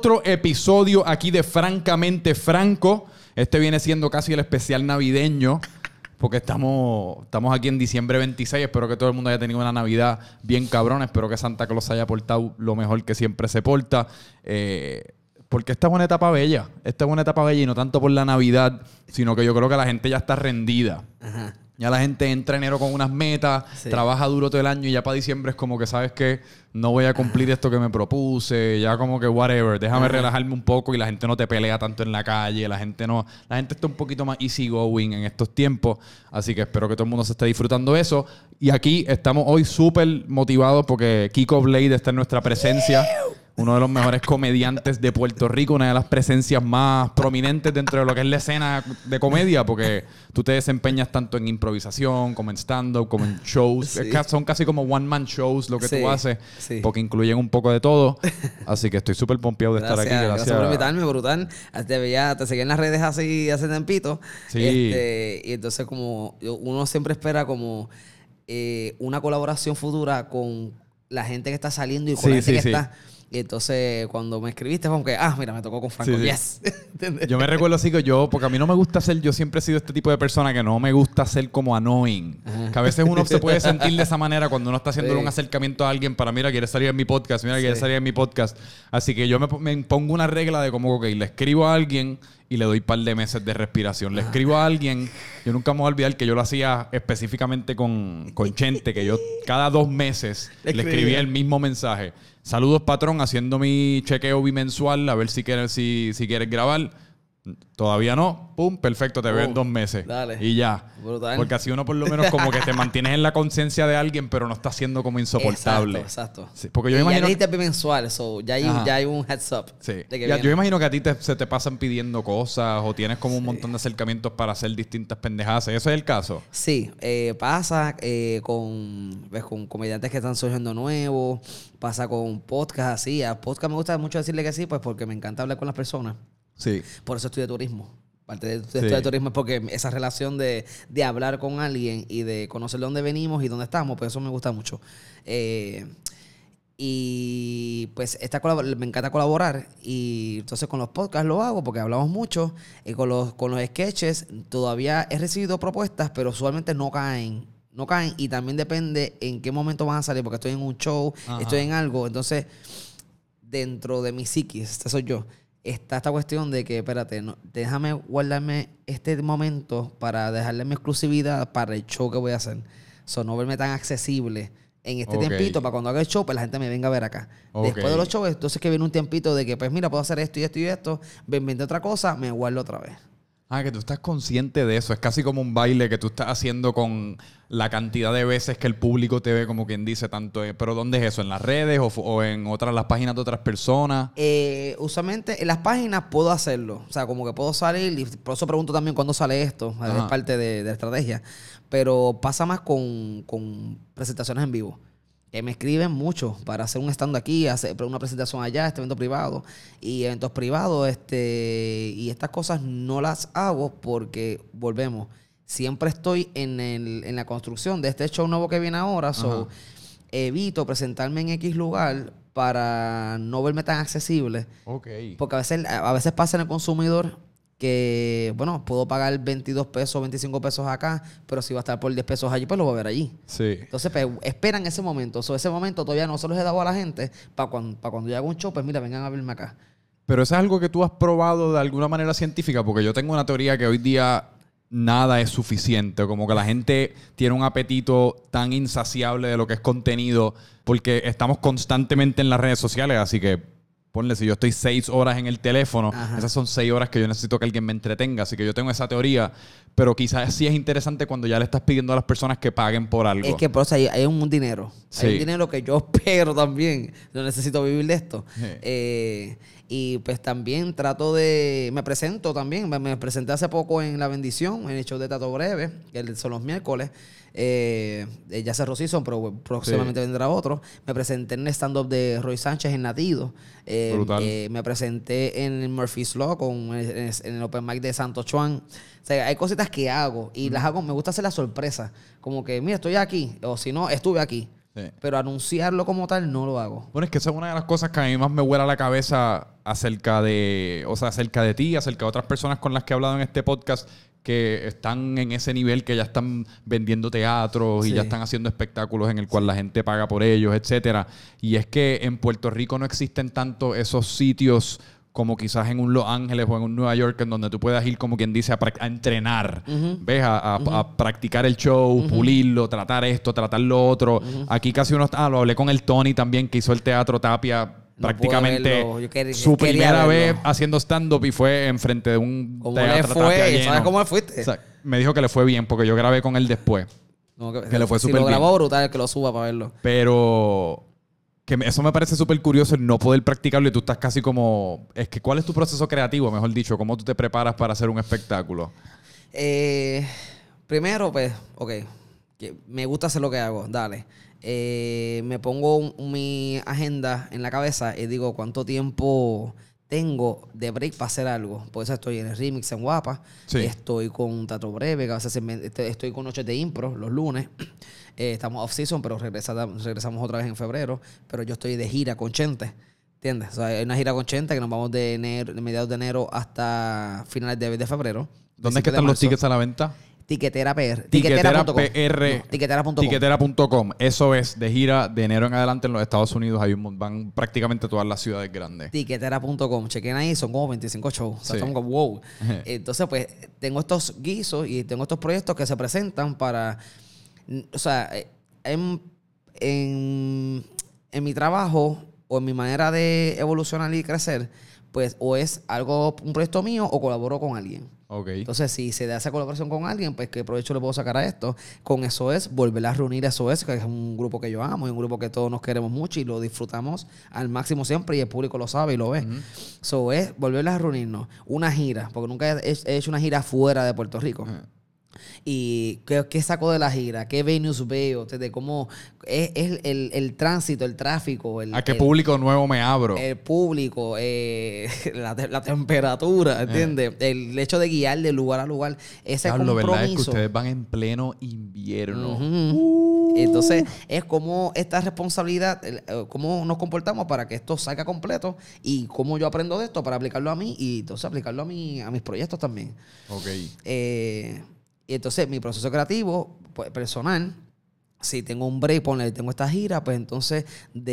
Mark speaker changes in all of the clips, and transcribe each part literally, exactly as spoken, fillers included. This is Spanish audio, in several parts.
Speaker 1: otro episodio aquí de Francamente Franco. Este viene siendo casi el especial navideño, porque estamos, estamos aquí en diciembre veintiséis. Espero que todo el mundo haya tenido una Navidad bien cabrón. Espero que Santa Claus haya portado lo mejor que siempre se porta. Eh, porque esta es una etapa bella. Esta es una etapa bella y no tanto por la Navidad, sino que yo creo que la gente ya está rendida. Ajá. Ya la gente entra enero con unas metas, sí. trabaja duro todo el año y ya para diciembre es como que, ¿sabes qué? No voy a cumplir esto que me propuse. Ya como que whatever. Déjame Ajá. relajarme un poco y la gente no te pelea tanto en la calle. La gente no... La gente está un poquito más easy going en estos tiempos. Así que espero que todo el mundo se esté disfrutando eso. Y aquí estamos hoy súper motivados porque Kiko Blade está en nuestra presencia. Uno de los mejores comediantes de Puerto Rico, una de las presencias más prominentes dentro de lo que es la escena de comedia, porque tú te desempeñas tanto en improvisación, como en stand-up, como en shows. Sí. Son casi como one-man shows lo que sí, tú haces, sí. porque incluyen un poco de todo. Así que estoy súper pompeado de
Speaker 2: gracias,
Speaker 1: estar aquí. Gracias.
Speaker 2: Gracias por invitarme, brutal. Te veía, te seguí en las redes así hace tiempito.
Speaker 1: Sí.
Speaker 2: Este, y entonces como uno siempre espera como eh, una colaboración futura con la gente que está saliendo y con
Speaker 1: sí,
Speaker 2: la gente
Speaker 1: sí,
Speaker 2: que
Speaker 1: sí.
Speaker 2: está... Y entonces, cuando me escribiste, fue como que, ah, mira, me tocó con Franco.
Speaker 1: Sí,
Speaker 2: sí.
Speaker 1: Yes. Yo me recuerdo así que yo, porque a mí no me gusta ser, yo siempre he sido este tipo de persona que no me gusta ser como annoying. Ajá. Que a veces uno se puede sentir de esa manera cuando uno está haciendo sí. un acercamiento a alguien para, mira, quiere salir en mi podcast, mira, sí. quiere salir en mi podcast. Así que yo me, me pongo una regla de como, ok, le escribo a alguien y le doy un par de meses de respiración. Le escribo a alguien, yo nunca me voy a olvidar que yo lo hacía específicamente con, con Chente, que yo cada dos meses le, le escribía el mismo mensaje. Saludos, patrón, haciendo mi chequeo bimensual, a ver si quieres, si, si quieres grabar. Todavía no. Pum, perfecto, te uh, veo en dos meses.
Speaker 2: Dale.
Speaker 1: Y ya.
Speaker 2: Brutal.
Speaker 1: Porque así uno por lo menos como que te mantienes en la conciencia de alguien, pero no está siendo como insoportable.
Speaker 2: Exacto, exacto.
Speaker 1: Sí, porque yo
Speaker 2: y
Speaker 1: me imagino...
Speaker 2: ya dijiste bimensual, so ya hay, ya hay un heads up.
Speaker 1: Sí.
Speaker 2: De que
Speaker 1: ya, yo me imagino que a ti te, se te pasan pidiendo cosas o tienes como un sí. montón de acercamientos para hacer distintas pendejadas. ¿Ese es el caso?
Speaker 2: Sí. Eh, pasa eh, con, ves, con comediantes que están surgiendo nuevos. Pasa con podcasts así. A podcast me gusta mucho decirle que sí, pues porque me encanta hablar con las personas.
Speaker 1: Sí.
Speaker 2: Por eso estudio turismo. Parte de estudio sí. de turismo es porque esa relación de, de hablar con alguien y de conocer de dónde venimos y dónde estamos, pues eso me gusta mucho. Eh, y pues esta colabor- me encanta colaborar y entonces con los podcasts lo hago porque hablamos mucho. Y con los, con los sketches todavía he recibido propuestas, pero usualmente no caen. No caen y también depende en qué momento van a salir porque estoy en un show, Ajá. estoy en algo. Entonces, dentro de mi psiquis, este soy yo, está esta cuestión de que, espérate, no, déjame guardarme este momento para dejarle mi exclusividad para el show que voy a hacer. So, no verme tan accesible en este okay. tiempito para cuando haga el show, pues la gente me venga a ver acá. Okay. Después de los shows, entonces que viene un tiempito de que, pues mira, puedo hacer esto y esto y esto, ven, vente otra cosa, me guardo otra vez.
Speaker 1: Ah, que tú estás consciente de eso. Es casi como un baile que tú estás haciendo con la cantidad de veces que el público te ve, como quien dice, tanto. ¿Pero dónde es eso? ¿En las redes o, o en otras las páginas de otras personas?
Speaker 2: Eh, usualmente en las páginas puedo hacerlo. O sea, como que puedo salir y por eso pregunto también cuándo sale esto. Ajá. Es parte de, de la estrategia. Pero pasa más con, con presentaciones en vivo. Que me escriben mucho para hacer un stand aquí, hacer una presentación allá, este evento privado y eventos privados, este y estas cosas no las hago porque volvemos. Siempre estoy en, el, en la construcción de este show nuevo que viene ahora, so evito presentarme en X lugar para no verme tan accesible.
Speaker 1: Okay.
Speaker 2: Porque a veces, a veces pasa en el consumidor que, bueno, puedo pagar veintidós pesos, veinticinco pesos acá, pero si va a estar por diez pesos allí, pues lo voy a ver allí.
Speaker 1: Sí.
Speaker 2: Entonces, pues, esperan ese momento. O sea, ese momento todavía no se los he dado a la gente para cuando, para cuando yo haga un show, pues mira, vengan a verme acá.
Speaker 1: Pero eso es algo que tú has probado de alguna manera científica, porque yo tengo una teoría que hoy día nada es suficiente. Como que la gente tiene un apetito tan insaciable de lo que es contenido, porque estamos constantemente en las redes sociales, así que ponle, si yo estoy seis horas en el teléfono, Ajá. esas son seis horas que yo necesito que alguien me entretenga. Así que yo tengo esa teoría. Pero quizás sí es interesante cuando ya le estás pidiendo a las personas que paguen por algo.
Speaker 2: Es que por eso hay, hay un dinero. Sí. Hay un dinero que yo espero también. Yo necesito vivir de esto. Sí. Eh, y pues también trato de... Me presento también. Me, me presenté hace poco en La Bendición, en el show de Tato Breve, que son los miércoles. Eh, ya cerró season, pero próximamente sí. vendrá otro. Me presenté en el stand-up de Roy Sánchez en Latido. Eh,
Speaker 1: Brutal.
Speaker 2: Eh, me presenté en Murphy's Law con, en, en el Open Mic de Santo Chuan. O sea, hay cositas que hago y mm. las hago, me gusta hacer la sorpresa. Como que, mira, estoy aquí. O si no, estuve aquí.
Speaker 1: Sí.
Speaker 2: Pero anunciarlo como tal no lo hago.
Speaker 1: Bueno, es que esa es una de las cosas que a mí más me vuela la cabeza acerca de, o sea, acerca de ti, acerca de otras personas con las que he hablado en este podcast que están en ese nivel, que ya están vendiendo teatros y
Speaker 2: Sí.
Speaker 1: ya están haciendo espectáculos en el cual la gente paga por ellos, etcétera. Y es que en Puerto Rico no existen tanto esos sitios como quizás en un Los Ángeles o en un Nueva York, en donde tú puedas ir, como quien dice, a, a entrenar,
Speaker 2: Uh-huh.
Speaker 1: ¿ves? A, a,
Speaker 2: Uh-huh.
Speaker 1: a practicar el show,
Speaker 2: Uh-huh.
Speaker 1: pulirlo, tratar esto, tratar lo otro.
Speaker 2: Uh-huh.
Speaker 1: Aquí casi uno... Ah, lo hablé con el Tony también, que hizo el teatro Tapia
Speaker 2: No
Speaker 1: prácticamente
Speaker 2: pude verlo. Yo quer-
Speaker 1: su
Speaker 2: quería
Speaker 1: primera
Speaker 2: verlo.
Speaker 1: vez haciendo stand-up y fue enfrente de un
Speaker 2: ¿Cómo le
Speaker 1: teatro Tapia
Speaker 2: fue?
Speaker 1: lleno.
Speaker 2: ¿Sabes cómo le fuiste?
Speaker 1: O sea, me dijo que le fue bien, porque yo grabé con él después.
Speaker 2: No, que,
Speaker 1: que le fue
Speaker 2: si
Speaker 1: súper
Speaker 2: lo grabó
Speaker 1: bien.
Speaker 2: brutal, que lo suba para verlo.
Speaker 1: Pero... que me- eso me parece súper curioso el no poder practicarlo y tú estás casi como... Es que ¿cuál es tu proceso creativo, mejor dicho? ¿Cómo tú te preparas para hacer un espectáculo?
Speaker 2: Eh, primero, pues, ok. Que me gusta hacer lo que hago, dale. Eh, me pongo un- mi agenda en la cabeza y digo cuánto tiempo tengo de break para hacer algo. Por eso estoy en el remix en Guapa.
Speaker 1: Sí.
Speaker 2: Estoy con un teatro breve, que a veces se me- estoy estoy con noches de impro los lunes. Eh, estamos off-season, pero regresa- regresamos otra vez en febrero. Pero yo estoy de gira con Chente. ¿Entiendes? O sea, hay una gira con Chente que nos vamos de, enero, de mediados de enero hasta finales de, de febrero.
Speaker 1: ¿Dónde es que
Speaker 2: principios de
Speaker 1: están los
Speaker 2: marzo.
Speaker 1: tickets a la venta?
Speaker 2: Tiquetera P R.
Speaker 1: Tiquetera
Speaker 2: punto com.
Speaker 1: P R.
Speaker 2: No, tiquetera punto com.
Speaker 1: Tiquetera punto com. Eso es de gira de enero en adelante en los Estados Unidos. Hay un, mon- van prácticamente todas las ciudades grandes.
Speaker 2: Tiquetera punto com. Chequen ahí, son como veinticinco shows. O sea,
Speaker 1: Sí.
Speaker 2: estamos como, wow. Entonces, pues, tengo estos guisos y tengo estos proyectos que se presentan para... O sea, en, en, en mi trabajo o en mi manera de evolucionar y crecer, pues, o es algo, un proyecto mío o colaboro con alguien.
Speaker 1: Ok.
Speaker 2: Entonces, si se da esa colaboración con alguien, pues qué provecho le puedo sacar a esto. Con Eso Es, volver a reunir a Eso Es, que es un grupo que yo amo y un grupo que todos nos queremos mucho y lo disfrutamos al máximo siempre y el público lo sabe y lo ve.
Speaker 1: Ujú.
Speaker 2: Eso es volver a reunirnos. Una gira, porque nunca he, he hecho una gira fuera de Puerto Rico.
Speaker 1: Ujú.
Speaker 2: Y qué, qué saco de la gira, qué venues veo, de cómo es, es el, el tránsito, el tráfico, el,
Speaker 1: ¿A qué
Speaker 2: el-
Speaker 1: público nuevo me abro?
Speaker 2: el público, eh, la, te- la temperatura, ¿entiendes? El hecho de guiar de lugar a lugar, ese
Speaker 1: Diablo,
Speaker 2: compromiso.
Speaker 1: ¿verdad? Es que ustedes van en pleno invierno.
Speaker 2: Ujú. Entonces, es como esta responsabilidad, el, eh, cómo nos comportamos para que esto salga completo y cómo yo aprendo de esto para aplicarlo a mí y entonces aplicarlo a, mi, a mis proyectos también.
Speaker 1: Ok.
Speaker 2: Eh, y entonces, mi proceso creativo, pues, personal, si tengo un break, ponle, tengo esta gira, pues entonces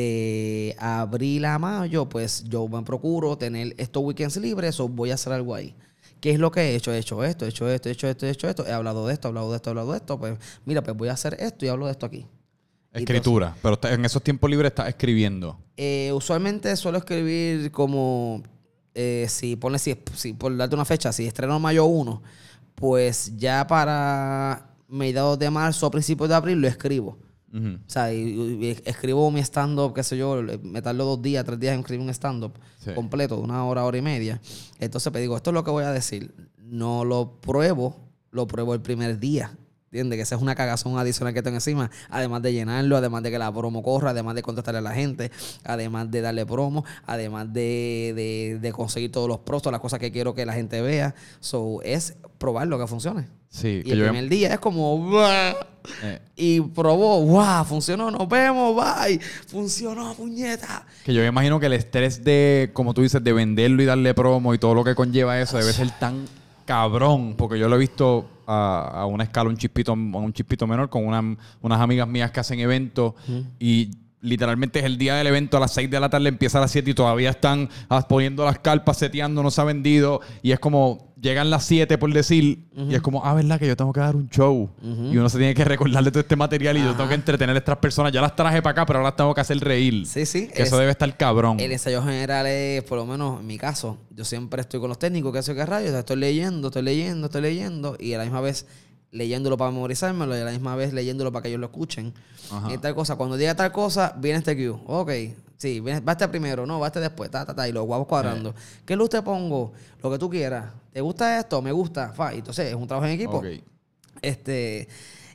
Speaker 2: de abril a mayo, pues yo me procuro tener estos weekends libres o voy a hacer algo ahí. ¿Qué es lo que he hecho? He hecho esto, he hecho esto, he hecho esto, he hecho esto. He hablado de esto, he hablado de esto, he hablado de esto. Pues mira, pues voy a hacer esto y hablo de esto aquí.
Speaker 1: Escritura. Pero está- en esos tiempos libres estás escribiendo.
Speaker 2: Eh, usualmente suelo escribir como, eh, si ponle, si, si por darte una fecha, si estreno mayo uno, pues ya para mediados de marzo o principios de abril lo escribo.
Speaker 1: Ujú.
Speaker 2: O sea, y, y escribo mi stand-up, qué sé yo, me tardo dos días, tres días en escribir un stand-up
Speaker 1: Sí.
Speaker 2: completo, de una hora, hora y media. Entonces, pues digo, esto es lo que voy a decir. No lo pruebo, lo pruebo el primer día. ¿Entiendes? Que esa es una cagazón adicional que tengo encima. Además de llenarlo, además de que la promo corra, además de contestarle a la gente, además de darle promo, además de, de, de conseguir todos los pros, todas las cosas que quiero que la gente vea. So, es probar lo que funcione.
Speaker 1: Sí.
Speaker 2: Y
Speaker 1: Que
Speaker 2: el
Speaker 1: yo,
Speaker 2: primer día es como... "Buah",
Speaker 1: eh,
Speaker 2: y probó, wow, funcionó, nos vemos, bye. Funcionó, puñeta.
Speaker 1: que yo me imagino que el estrés de, como tú dices, de venderlo y darle promo y todo lo que conlleva eso debe ser tan cabrón. Porque yo lo he visto a, a una escala, un chispito, a un chispito menor, con una- unas amigas mías que hacen eventos y literalmente es el día del evento a las seis de la tarde, empieza a las siete y todavía están ah, poniendo las carpas, seteando, no se ha vendido. Y es como, llegan las siete por decir, y es como, ah, ¿verdad? Que yo tengo que dar un show. Y uno se tiene que recordarle todo este material y yo
Speaker 2: Ajá.
Speaker 1: tengo que entretener a estas personas. Ya las traje para acá, pero ahora las tengo que hacer reír.
Speaker 2: Sí, sí.
Speaker 1: Que eso
Speaker 2: es-
Speaker 1: debe estar cabrón.
Speaker 2: El ensayo general es, por lo menos en mi caso, yo siempre estoy con los técnicos que hacen que rayos, estoy leyendo, estoy leyendo, estoy leyendo, y a la misma vez leyéndolo para memorizármelo y a la misma vez leyéndolo para que ellos lo escuchen.
Speaker 1: Ajá.
Speaker 2: Y tal cosa. Cuando llega tal cosa, viene este cue. Ok, sí, viene, va este primero, no, va este después, ta, ta, ta, y los guapos cuadrando. ¿Qué luz te pongo? Lo que tú quieras. ¿Te gusta esto? Me gusta. Fa. Y entonces es un trabajo en equipo.
Speaker 1: Ok.
Speaker 2: Este,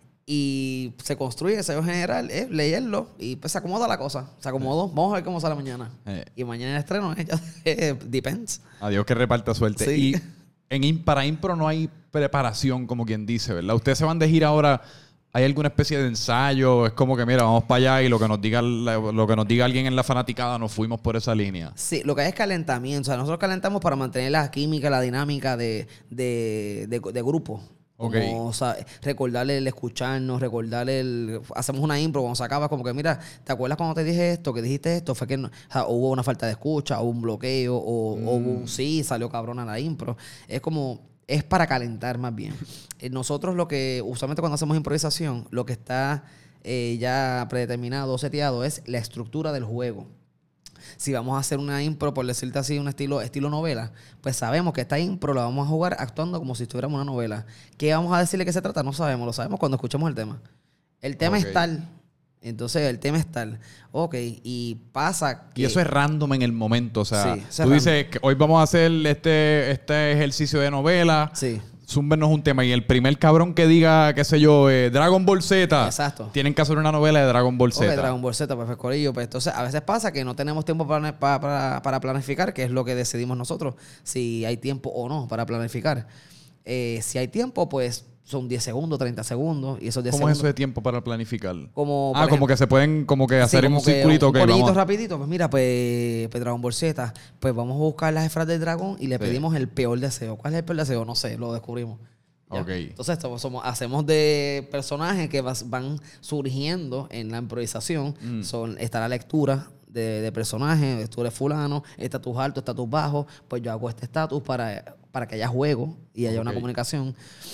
Speaker 2: y se construye el ensayo general, es leerlo y pues se acomoda la cosa. Se acomodó. Vamos a ver cómo sale mañana.
Speaker 1: Eh.
Speaker 2: Y mañana el estreno, eh, ya, eh, depends.
Speaker 1: Adiós que reparta suerte.
Speaker 2: Sí.
Speaker 1: Y en, im- para impro no hay preparación, como quien dice, ¿verdad? Ustedes se van de gira ahora ¿Hay alguna especie de ensayo? Es como que, mira, vamos para allá y lo que nos diga lo que nos diga alguien en la fanaticada, nos fuimos por esa línea.
Speaker 2: Sí, lo que hay es calentamiento. O sea, nosotros calentamos para mantener la química, la dinámica de, de, de, de grupo.
Speaker 1: Okay.
Speaker 2: Como, o sea, recordarle el escucharnos, recordarle el... Hacemos una impro cuando se acaba, como que, mira, ¿te acuerdas cuando te dije esto, que dijiste esto? Fue que no, o sea, hubo una falta de escucha, hubo un bloqueo, o, mm. o hubo un sí, salió cabrona la impro. Es como... Es para calentar más bien. Nosotros lo que, usualmente cuando hacemos improvisación, lo que está eh, ya predeterminado, seteado, es la estructura del juego. Si vamos a hacer una impro, por decirte así, un estilo, estilo novela, pues sabemos que esta impro la vamos a jugar actuando como si estuviéramos una novela. ¿Qué vamos a decirle que se trata? No sabemos, lo sabemos cuando escuchamos el tema. El tema okay. es tal... Entonces, el tema es tal. Ok, y pasa que...
Speaker 1: Y eso es random en el momento. O sea,
Speaker 2: sí,
Speaker 1: tú dices que hoy vamos a hacer este, este ejercicio de novela.
Speaker 2: Sí.
Speaker 1: Zúmbenos un tema. Y el primer cabrón que diga, qué sé yo, eh, Dragon Ball Z.
Speaker 2: Exacto.
Speaker 1: Tienen que hacer una novela de Dragon Ball Z.
Speaker 2: Ok, Dragon Ball Z, pues, corillo. Pues entonces, a veces pasa que no tenemos tiempo para, para, para, para planificar, que es lo que decidimos nosotros. Si hay tiempo o no para planificar. Eh, si hay tiempo, pues... Son diez segundos, treinta segundos. Y esos diez
Speaker 1: ¿Cómo
Speaker 2: segundos,
Speaker 1: es eso de tiempo para planificar?
Speaker 2: Como,
Speaker 1: ah, como
Speaker 2: ejemplo,
Speaker 1: que se pueden como que hacer
Speaker 2: sí,
Speaker 1: en
Speaker 2: como
Speaker 1: un circulito.
Speaker 2: Un,
Speaker 1: un
Speaker 2: corillito
Speaker 1: vamos.
Speaker 2: rapidito. Pues mira, pues, pues Dragon Ball Z. Pues vamos a buscar las esferas del dragón y le sí. pedimos el peor deseo. ¿Cuál es el peor deseo? No sé, lo descubrimos. ¿Ya? Okay. Entonces, somos, hacemos de personajes que vas, van surgiendo en la improvisación. Mm. Son, está la lectura de, de personajes. Tú eres fulano, estatus alto, estatus bajo. Pues yo hago este estatus para... para que haya juego y haya okay. una comunicación.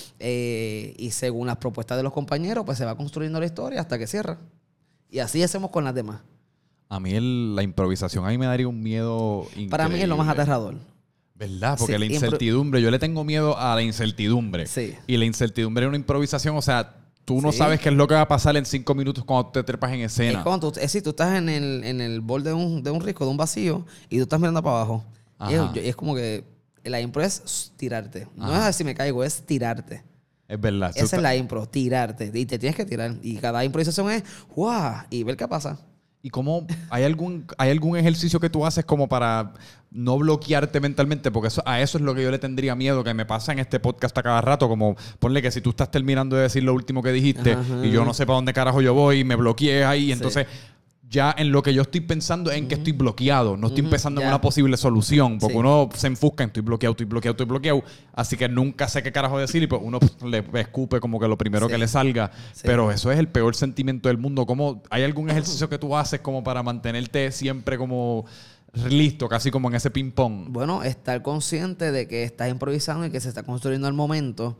Speaker 2: Eh, y según las propuestas de los compañeros, pues se va construyendo la historia hasta que cierra. Y así hacemos con las demás.
Speaker 1: A mí el, la improvisación a mí me daría un miedo increíble.
Speaker 2: Para mí es lo más aterrador.
Speaker 1: ¿Verdad? Porque sí, la incertidumbre, yo le tengo miedo a la incertidumbre.
Speaker 2: Sí.
Speaker 1: Y la incertidumbre en una improvisación, o sea, tú no
Speaker 2: sí.
Speaker 1: sabes qué es lo que va a pasar en cinco minutos cuando te trepas en escena.
Speaker 2: Es cuando tú, es si tú estás en el, en el borde de un, de un risco, de un vacío, y tú estás mirando para abajo. Y es, es como que la impro es tirarte. Ajá. No es así me caigo, es tirarte.
Speaker 1: Es verdad.
Speaker 2: Esa está... es la impro, tirarte. Y te tienes que tirar. Y cada improvisación es ¡guau! Y ver qué pasa.
Speaker 1: ¿Y cómo hay algún, hay algún ejercicio que tú haces como para no bloquearte mentalmente? Porque eso, a eso es lo que yo le tendría miedo, que me pasa en este podcast a cada rato. Como ponle que si tú estás terminando de decir lo último que dijiste ajá, y yo no sé para dónde carajo yo voy y me bloqueé ahí, sí. entonces... Ya en lo que yo estoy pensando es en uh-huh. que estoy bloqueado. No estoy uh-huh. pensando yeah. en una posible solución. Porque sí. uno se enfusca en estoy bloqueado, estoy bloqueado, estoy bloqueado. Así que nunca sé qué carajo decir. Y pues uno le escupe como que lo primero sí. que le salga. Sí. Pero eso es el peor sentimiento del mundo. ¿Cómo, ¿hay algún ejercicio que tú haces como para mantenerte siempre como listo? Casi como en ese ping-pong.
Speaker 2: Bueno, estar consciente de que estás improvisando y que se está construyendo el momento.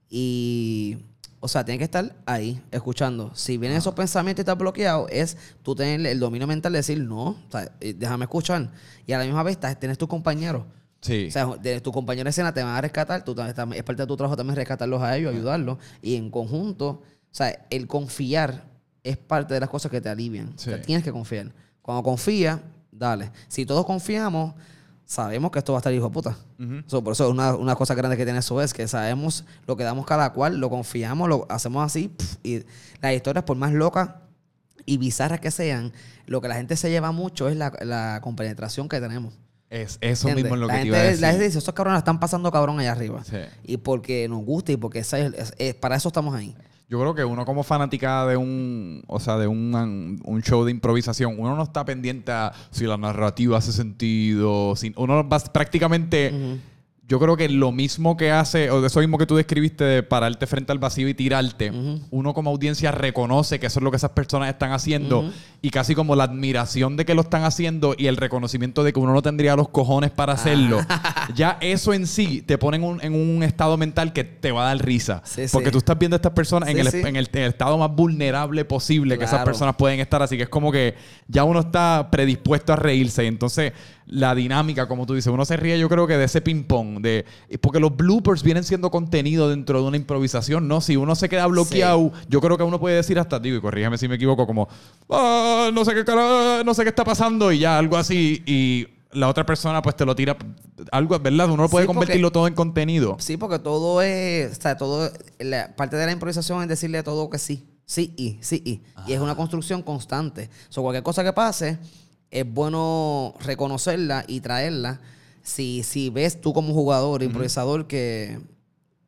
Speaker 2: Y... O sea, tienes que estar ahí, escuchando. Si vienen ah. esos pensamientos y estás bloqueado, es tú tener el dominio mental de decir, no, o sea, déjame escuchar. Y a la misma vez estás, tienes tus compañeros.
Speaker 1: Sí.
Speaker 2: O sea, de tus compañeros de escena te van a rescatar. Tú, es parte de tu trabajo también rescatarlos a ellos, ayudarlos. Y en conjunto, o sea, el confiar es parte de las cosas que te alivian. Sí. O sea, tienes que confiar. Cuando confías, dale. Si todos confiamos... Sabemos que esto va a estar hijo de puta. Uh-huh. So, por eso es una, una cosa grande que tiene eso es que sabemos lo que damos cada cual, lo confiamos, lo hacemos así. Pff, y las historias, por más locas y bizarras que sean, lo que la gente se lleva mucho es la, la compenetración que tenemos.
Speaker 1: Es eso ¿entiendes? Mismo es lo
Speaker 2: la
Speaker 1: que
Speaker 2: gente,
Speaker 1: te iba a decir.
Speaker 2: La gente dice, estos cabrones están pasando cabrón allá arriba.
Speaker 1: Sí.
Speaker 2: Y porque nos gusta y porque es, es, es, para eso estamos ahí.
Speaker 1: Yo creo que uno como fanática de un, o sea, de un, un show de improvisación, uno no está pendiente a si la narrativa hace sentido. Si, uno va prácticamente... Uh-huh. Yo creo que lo mismo que hace, o de eso mismo que tú describiste, de pararte frente al vacío y tirarte, uh-huh. uno como audiencia reconoce que eso es lo que esas personas están haciendo uh-huh. y casi como la admiración de que lo están haciendo y el reconocimiento de que uno no tendría los cojones para hacerlo, ah. ya eso en sí te pone en un, en un estado mental que te va a dar risa. Sí, porque sí. tú estás viendo a estas personas sí, en, el, sí. en, el, en el estado más vulnerable posible claro. que esas personas pueden estar, así que es como que ya uno está predispuesto a reírse y entonces... La dinámica, como tú dices, uno se ríe yo creo que de ese ping-pong, de, porque los bloopers vienen siendo contenido dentro de una improvisación, ¿no? Si uno se queda bloqueado, sí. yo creo que uno puede decir hasta, digo, y corrígeme si me equivoco, como, ah, no sé qué cara, no sé qué está pasando y ya, algo así, y la otra persona pues te lo tira, algo, ¿verdad? Uno no puede sí, porque, convertirlo todo en contenido.
Speaker 2: Sí, porque todo es, o sea, todo, la parte de la improvisación es decirle a todo que sí, sí y, sí y, ah. y es una construcción constante. O sea, cualquier cosa que pase... Es bueno reconocerla y traerla. Si, si ves tú como jugador, improvisador, uh-huh. que,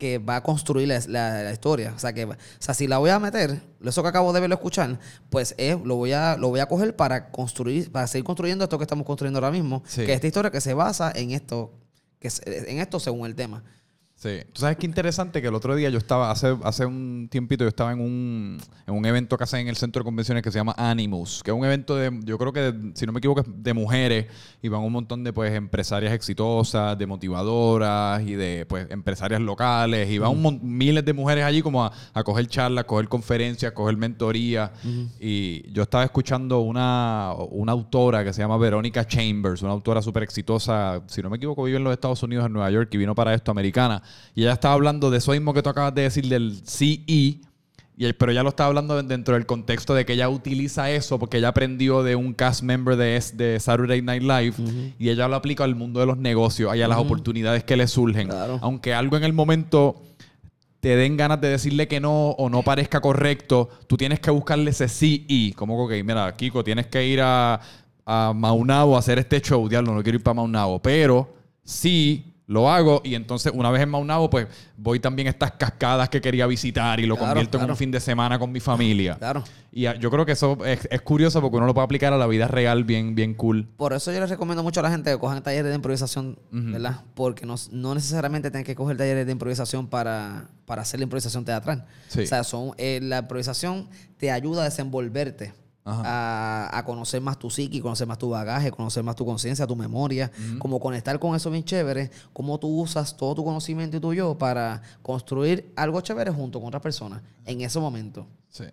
Speaker 2: que va a construir la, la, la historia. O sea, que, o sea, si la voy a meter, eso que acabo de verlo escuchar, pues eh, lo, voy a, lo voy a coger para construir, para seguir construyendo esto que estamos construyendo ahora mismo. Sí. Que es esta historia que se basa en esto, que es, en esto según el tema.
Speaker 1: Sí. ¿Tú sabes qué interesante? Que el otro día yo estaba, hace, hace un tiempito, yo estaba en un, en un evento que hacen en el centro de convenciones que se llama Animus, que es un evento de, yo creo que, de, si no me equivoco, es de mujeres, y van un montón de, pues, empresarias exitosas, de motivadoras y de, pues, empresarias locales, y van uh-huh. un, miles de mujeres allí como a, a coger charlas, coger conferencias, coger mentoría. Uh-huh. Y yo estaba escuchando una, una autora que se llama Verónica Chambers, una autora súper exitosa, si no me equivoco, vive en los Estados Unidos, en Nueva York, y vino para esto, americana. Y ella estaba hablando de eso mismo que tú acabas de decir del C E, y él, pero ella lo estaba hablando dentro del contexto de que ella utiliza eso porque ella aprendió de un cast member de, de Saturday Night Live uh-huh. y ella lo aplica al mundo de los negocios y a las uh-huh. oportunidades que le surgen. Claro. Aunque algo en el momento te den ganas de decirle que no o no parezca correcto, tú tienes que buscarle ese C E. Como que, mira, Kiko, tienes que ir a, a Maunabo a hacer este show. Diablo, no quiero ir para Maunabo. Pero sí... lo hago y entonces una vez en Maunabo pues voy también a estas cascadas que quería visitar y lo claro, convierto claro. en un fin de semana con mi familia. Claro. Y a, yo creo que eso es, es curioso porque uno lo puede aplicar a la vida real bien, bien cool.
Speaker 2: Por eso yo les recomiendo mucho a la gente que cojan talleres de improvisación, uh-huh. ¿verdad? Porque no, no necesariamente tienen que coger talleres de improvisación para, para hacer la improvisación teatral. Sí. O sea, son, eh, la improvisación te ayuda a desenvolverte. A, a conocer más tu psique, conocer más tu bagaje, conocer más tu conciencia, tu memoria, uh-huh. como conectar con eso bien chévere, cómo tú usas todo tu conocimiento y tu yo para construir algo chévere junto con otras personas en ese momento. Sí.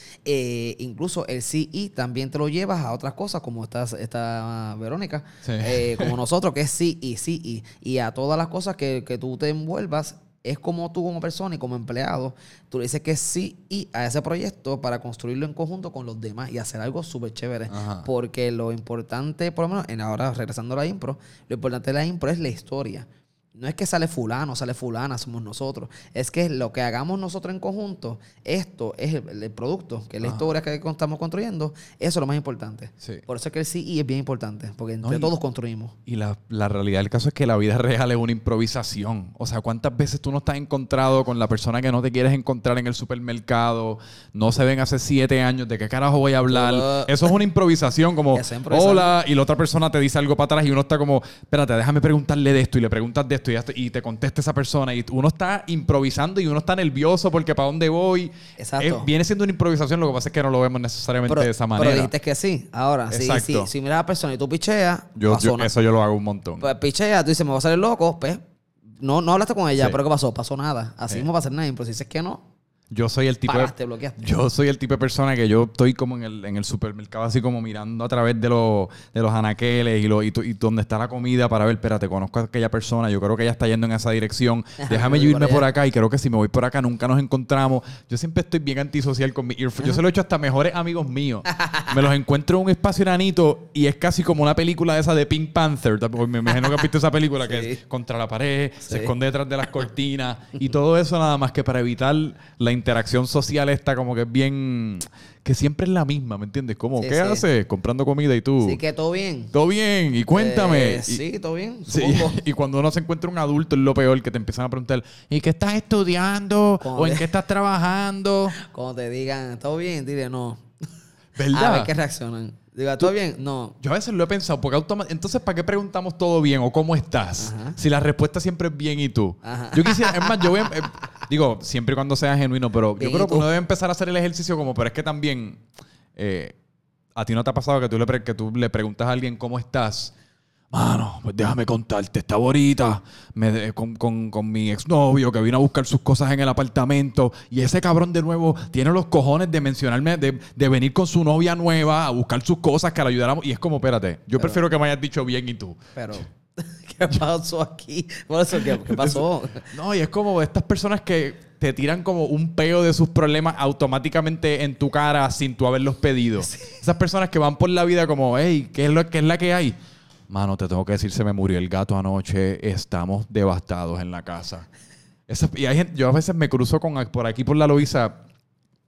Speaker 2: Eh, incluso el C E también te lo llevas a otras cosas como esta, esta Verónica, sí. eh, como nosotros, que es C E, C E, y a todas las cosas que, que tú te envuelvas. Es como tú como persona y como empleado, tú le dices que sí y a ese proyecto para construirlo en conjunto con los demás y hacer algo súper chévere. Ajá. Porque lo importante, por lo menos, en ahora regresando a la impro, lo importante de la impro es la historia. No es que sale fulano, sale fulana, somos nosotros. Es que lo que hagamos nosotros en conjunto, esto es el, el producto, que es la Ajá. historia que estamos construyendo, eso es lo más importante. Sí. Por eso es que el C E es bien importante, porque entre no, y, todos construimos.
Speaker 1: Y la, la realidad del caso es que la vida real es una improvisación. O sea, ¿cuántas veces tú no estás encontrado con la persona que no te quieres encontrar en el supermercado? No se ven hace siete años, ¿de qué carajo voy a hablar? Uh, eso es una improvisación, como, hola, y la otra persona te dice algo para atrás y uno está como, espérate, déjame preguntarle de esto, y le preguntas de esto, y te contesta esa persona y uno está improvisando y uno está nervioso porque ¿para dónde voy? Exacto. Es, viene siendo una improvisación, lo que pasa es que no lo vemos necesariamente pero, de esa manera.
Speaker 2: Pero dijiste que sí. Ahora, si, si, si miras a la persona y tú picheas,
Speaker 1: yo, yo, eso yo lo hago un montón.
Speaker 2: Pues picheas, tú dices, me voy a salir loco, pues no, no hablaste con ella, sí. pero ¿qué pasó? Pasó nada. Así sí. mismo va a ser nada, pero si dices que no,
Speaker 1: Yo soy el tipo
Speaker 2: Paraste,
Speaker 1: de,
Speaker 2: bloqueaste.
Speaker 1: yo soy el tipo de persona que yo estoy como en el, en el supermercado así como mirando a través de los, de los anaqueles y, lo, y, tu, y donde está la comida para ver, espérate, conozco a aquella persona, yo creo que ella está yendo en esa dirección, déjame yo irme por, por acá y creo que si me voy por acá nunca nos encontramos. Yo siempre estoy bien antisocial con mi earphone. Yo se lo he hecho hasta mejores amigos míos. Me los encuentro en un espacio enanito y es casi como una película de esa de Pink Panther. Me imagino que has visto esa película sí. que es contra la pared, sí. se esconde detrás de las cortinas y todo eso nada más que para evitar la interacción social esta como que es bien... que siempre es la misma, ¿me entiendes? Como, sí, ¿qué sí. haces? Comprando comida y tú...
Speaker 2: Sí, que todo bien.
Speaker 1: Todo bien. Y cuéntame.
Speaker 2: Eh,
Speaker 1: y,
Speaker 2: sí, todo bien.
Speaker 1: Sí, y, y cuando uno se encuentra un adulto es lo peor, que te empiezan a preguntar ¿y qué estás estudiando? Cuando ¿o en te... qué estás trabajando?
Speaker 2: Cuando te digan, ¿todo bien? Dile no.
Speaker 1: ¿Verdad?
Speaker 2: A ver qué reaccionan. Diga, ¿todo bien? No.
Speaker 1: Yo a veces lo he pensado, porque automa- entonces, ¿para qué preguntamos todo bien o cómo estás? Ajá. Si la respuesta siempre es bien y tú. Ajá. Yo quisiera, es más, yo voy a, eh, digo, siempre y cuando sea genuino, pero bien yo creo que uno debe empezar a hacer el ejercicio como, pero es que también, eh, a ti no te ha pasado que tú le, pre- que tú le preguntas a alguien cómo estás. Mano, pues déjame contarte, estaba ahorita me, con, con, con mi exnovio que vino a buscar sus cosas en el apartamento y ese cabrón de nuevo tiene los cojones de mencionarme, de, de venir con su novia nueva a buscar sus cosas que le ayudáramos. Y es como, espérate, yo pero, prefiero que me hayas dicho bien y tú.
Speaker 2: Pero, ¿qué pasó aquí? Por eso, ¿qué, qué pasó?
Speaker 1: No, y es como estas personas que te tiran como un peo de sus problemas automáticamente en tu cara sin tú haberlos pedido. Sí. Esas personas que van por la vida como, hey, ¿qué es, lo, qué es la que hay? Mano, te tengo que decir, se me murió el gato anoche. Estamos devastados en la casa. Esa, y hay gente, yo a veces me cruzo con por aquí por la Loíza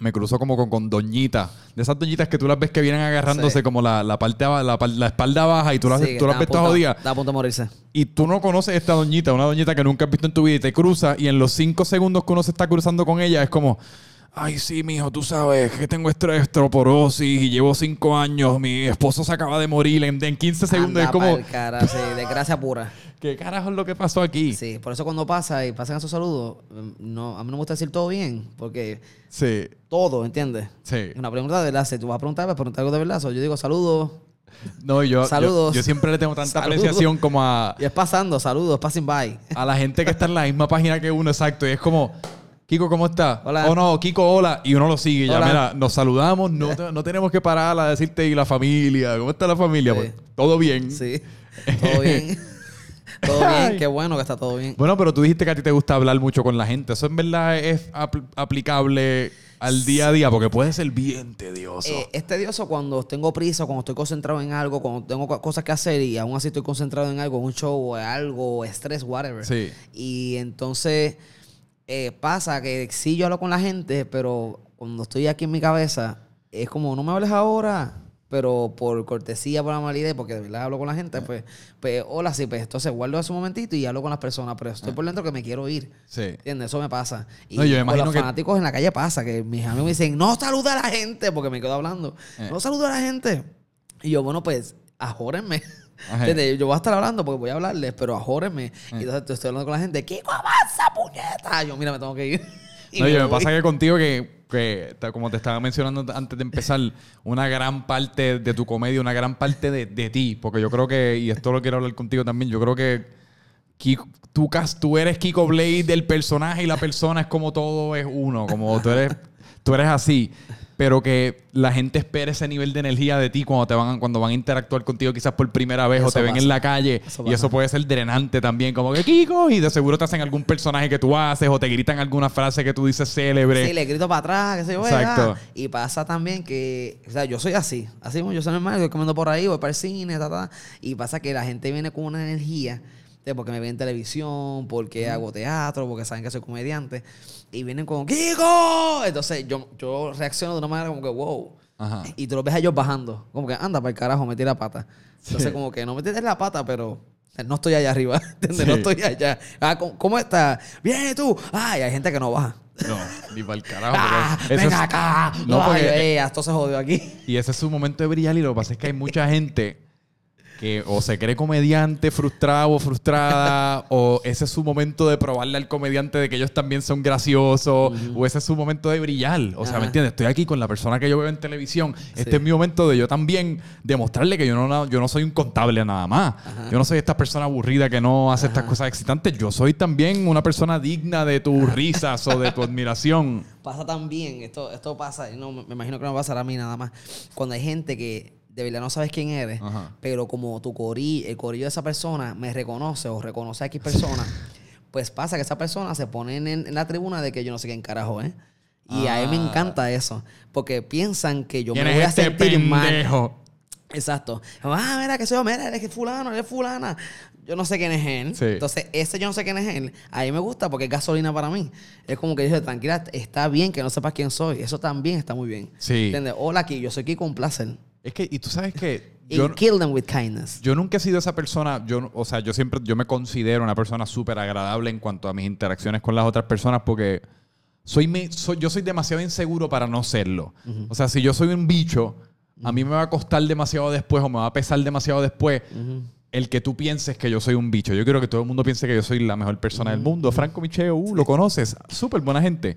Speaker 1: me cruzo como con, con doñitas. De esas doñitas que tú las ves que vienen agarrándose
Speaker 2: Sí.
Speaker 1: como la, la parte aba- la, par- la espalda baja y tú las,
Speaker 2: Sí, que
Speaker 1: tú las
Speaker 2: está
Speaker 1: ves
Speaker 2: a
Speaker 1: todas
Speaker 2: punto-
Speaker 1: jodidas.
Speaker 2: Está a punto de morirse.
Speaker 1: Y tú no conoces a esta doñita, una doñita que nunca has visto en tu vida y te cruza y en los cinco segundos que uno se está cruzando con ella es como... Ay, sí, mijo, tú sabes que tengo estre- osteoporosis y llevo cinco años. Mi esposo se acaba de morir en, en quince segundos.
Speaker 2: Anda
Speaker 1: Es como...
Speaker 2: pa'l cara, sí, desgracia pura.
Speaker 1: ¿Qué carajo es lo que pasó aquí?
Speaker 2: Sí, por eso cuando pasa y pasan esos saludos, no, a mí no me gusta decir todo bien, porque
Speaker 1: Sí,
Speaker 2: todo, ¿entiendes?
Speaker 1: sí.
Speaker 2: Una pregunta de verdad, si tú vas a preguntar, vas a preguntar algo de verdad. So, yo digo saludos
Speaker 1: No, yo, yo,
Speaker 2: Saludos.
Speaker 1: yo siempre le tengo tanta
Speaker 2: Saludos.
Speaker 1: apreciación como a,
Speaker 2: y es pasando, saludos, passing by.
Speaker 1: a la gente que está en la misma página que uno, exacto. Y es como, Kiko, ¿cómo está?
Speaker 2: Hola.
Speaker 1: Oh, no, Kiko, hola. Y uno lo sigue. Ya,
Speaker 2: Hola.
Speaker 1: mira, nos saludamos. No, te- no tenemos que parar a decirte, ¿y la familia? ¿Cómo está la familia?
Speaker 2: Sí.
Speaker 1: Pues, todo bien.
Speaker 2: Sí, todo bien. Todo bien, qué bueno que está todo bien.
Speaker 1: Bueno, pero tú dijiste que a ti te gusta hablar mucho con la gente. ¿Eso en verdad es apl- aplicable al día a día? Porque puede ser bien tedioso.
Speaker 2: Eh, es tedioso cuando tengo prisa, cuando estoy concentrado en algo, cuando tengo co- cosas que hacer y aún así estoy concentrado en algo, en un show o en algo, o estrés, whatever.
Speaker 1: Sí.
Speaker 2: Y entonces eh, pasa que sí yo hablo con la gente, pero cuando estoy aquí en mi cabeza, es como, no me hables ahora, pero por cortesía, por amabilidad, y porque de verdad hablo con la gente, pues, pues hola, sí, pues entonces guardo ese momentito y hablo con las personas, pero estoy por dentro que me quiero ir.
Speaker 1: Sí.
Speaker 2: ¿Entiendes? Eso me pasa. Y
Speaker 1: No, yo me
Speaker 2: con
Speaker 1: imagino
Speaker 2: los
Speaker 1: que-
Speaker 2: fanáticos en la calle pasa, que mis amigos me dicen, no saluda a la gente, porque me quedo hablando.
Speaker 1: Eh.
Speaker 2: No saluda a la gente. Y yo, bueno, pues, ajórenme.
Speaker 1: Ajá.
Speaker 2: ¿Entiendes? Yo voy a estar hablando porque voy a hablarles, pero ajórenme. Y entonces estoy hablando con la gente, Kiko, avanza, puñeta. Yo, mira, me tengo que ir. Y
Speaker 1: No, yo me
Speaker 2: voy.
Speaker 1: pasa que contigo que, que, ta- como te estaba mencionando antes de empezar, una gran parte de tu comedia, una gran parte de, de ti, porque yo creo que, y esto lo quiero hablar contigo también, yo creo que Kiko, tú, cas- tú eres Kiko Blade, el personaje y la persona es como todo es uno, como tú eres, tú eres así. Pero que la gente espera ese nivel de energía de ti cuando te van, cuando van a interactuar contigo quizás por primera vez o
Speaker 2: Eso
Speaker 1: te ven
Speaker 2: pasa.
Speaker 1: en la calle.
Speaker 2: Eso
Speaker 1: y
Speaker 2: pasa.
Speaker 1: eso puede ser drenante también. Como que Kiko, y de seguro te hacen algún personaje que tú haces o te gritan alguna frase que tú dices célebre.
Speaker 2: Sí, le grito para atrás, que se yo,
Speaker 1: Exacto.
Speaker 2: "Venga". Y pasa también que, o sea, yo soy así. Así como yo soy normal, voy comiendo por ahí, voy para el cine, ta, ta. Y pasa que la gente viene con una energía, de porque me ven en televisión, porque hago teatro, porque saben que soy comediante. Y vienen con, ¡Kiko! Entonces yo, yo reacciono de una manera como que, wow.
Speaker 1: Ajá.
Speaker 2: Y tú lo ves a ellos bajando. Como que, anda, para el carajo, metí la pata. Entonces,
Speaker 1: Sí.
Speaker 2: como que no metiste la pata, pero no estoy allá arriba. ¿Entiendes?
Speaker 1: Sí.
Speaker 2: No estoy allá. Ah, ¿cómo, cómo estás? Bien, ¿y tú? Ay, hay gente que no baja.
Speaker 1: No, ni para el carajo.
Speaker 2: Ah,
Speaker 1: porque eso
Speaker 2: ven
Speaker 1: es-
Speaker 2: acá.
Speaker 1: No,
Speaker 2: No,
Speaker 1: porque-
Speaker 2: porque esto se jodió aquí.
Speaker 1: Y ese es su momento de brillar y lo que pasa es que hay mucha gente que o se cree comediante frustrado o frustrada o ese es su momento de probarle al comediante de que ellos también son graciosos o ese es su momento de brillar. O sea,
Speaker 2: Ajá.
Speaker 1: ¿me entiendes? Estoy aquí con la persona que yo veo en televisión. Este
Speaker 2: Sí.
Speaker 1: es mi momento de yo también demostrarle que yo no, yo no soy un contable nada más. Yo no soy esta persona aburrida que no hace estas cosas excitantes. Yo soy también una persona digna de tus risas o de tu admiración.
Speaker 2: Pasa también, esto, esto pasa, y no, me imagino que no va a pasar a mí nada más. Cuando hay gente que de verdad no sabes quién eres,
Speaker 1: Ajá.
Speaker 2: pero como tu corillo, el corillo de esa persona me reconoce o reconoce a X persona, pues pasa que esa persona se pone en, en la tribuna de que yo no sé quién carajo es. Y a él me
Speaker 1: Ah.
Speaker 2: encanta eso, porque piensan que yo
Speaker 1: ¿Quién
Speaker 2: me
Speaker 1: es
Speaker 2: voy a
Speaker 1: este
Speaker 2: sentir mal.
Speaker 1: pendejo?
Speaker 2: Exacto. Ah, mira, que soy yo, mira, él es fulano, él es fulana. Yo no sé quién es él.
Speaker 1: Sí.
Speaker 2: Entonces, ese yo no sé quién es él. A mí me gusta porque es gasolina para mí. Es como que dije, tranquila, está bien que no sepas quién soy. Eso también está muy bien.
Speaker 1: Sí.
Speaker 2: ¿Entiendes? Hola, aquí, yo soy Kiko, un placer.
Speaker 1: Es que, y tú sabes que
Speaker 2: Y
Speaker 1: yo,
Speaker 2: kill them with kindness.
Speaker 1: yo nunca he sido esa persona, yo, no- o sea, yo siempre, yo me considero una persona súper agradable en cuanto a mis interacciones con las otras personas porque soy, me- soy yo soy demasiado inseguro para no serlo. O sea, si yo soy un bicho, a mí me va a costar demasiado después o me va a pesar demasiado después el que tú pienses que yo soy un bicho. Yo quiero que todo el mundo piense que yo soy la mejor persona del mundo. Franco Micheo, uh, lo conoces, súper buena gente.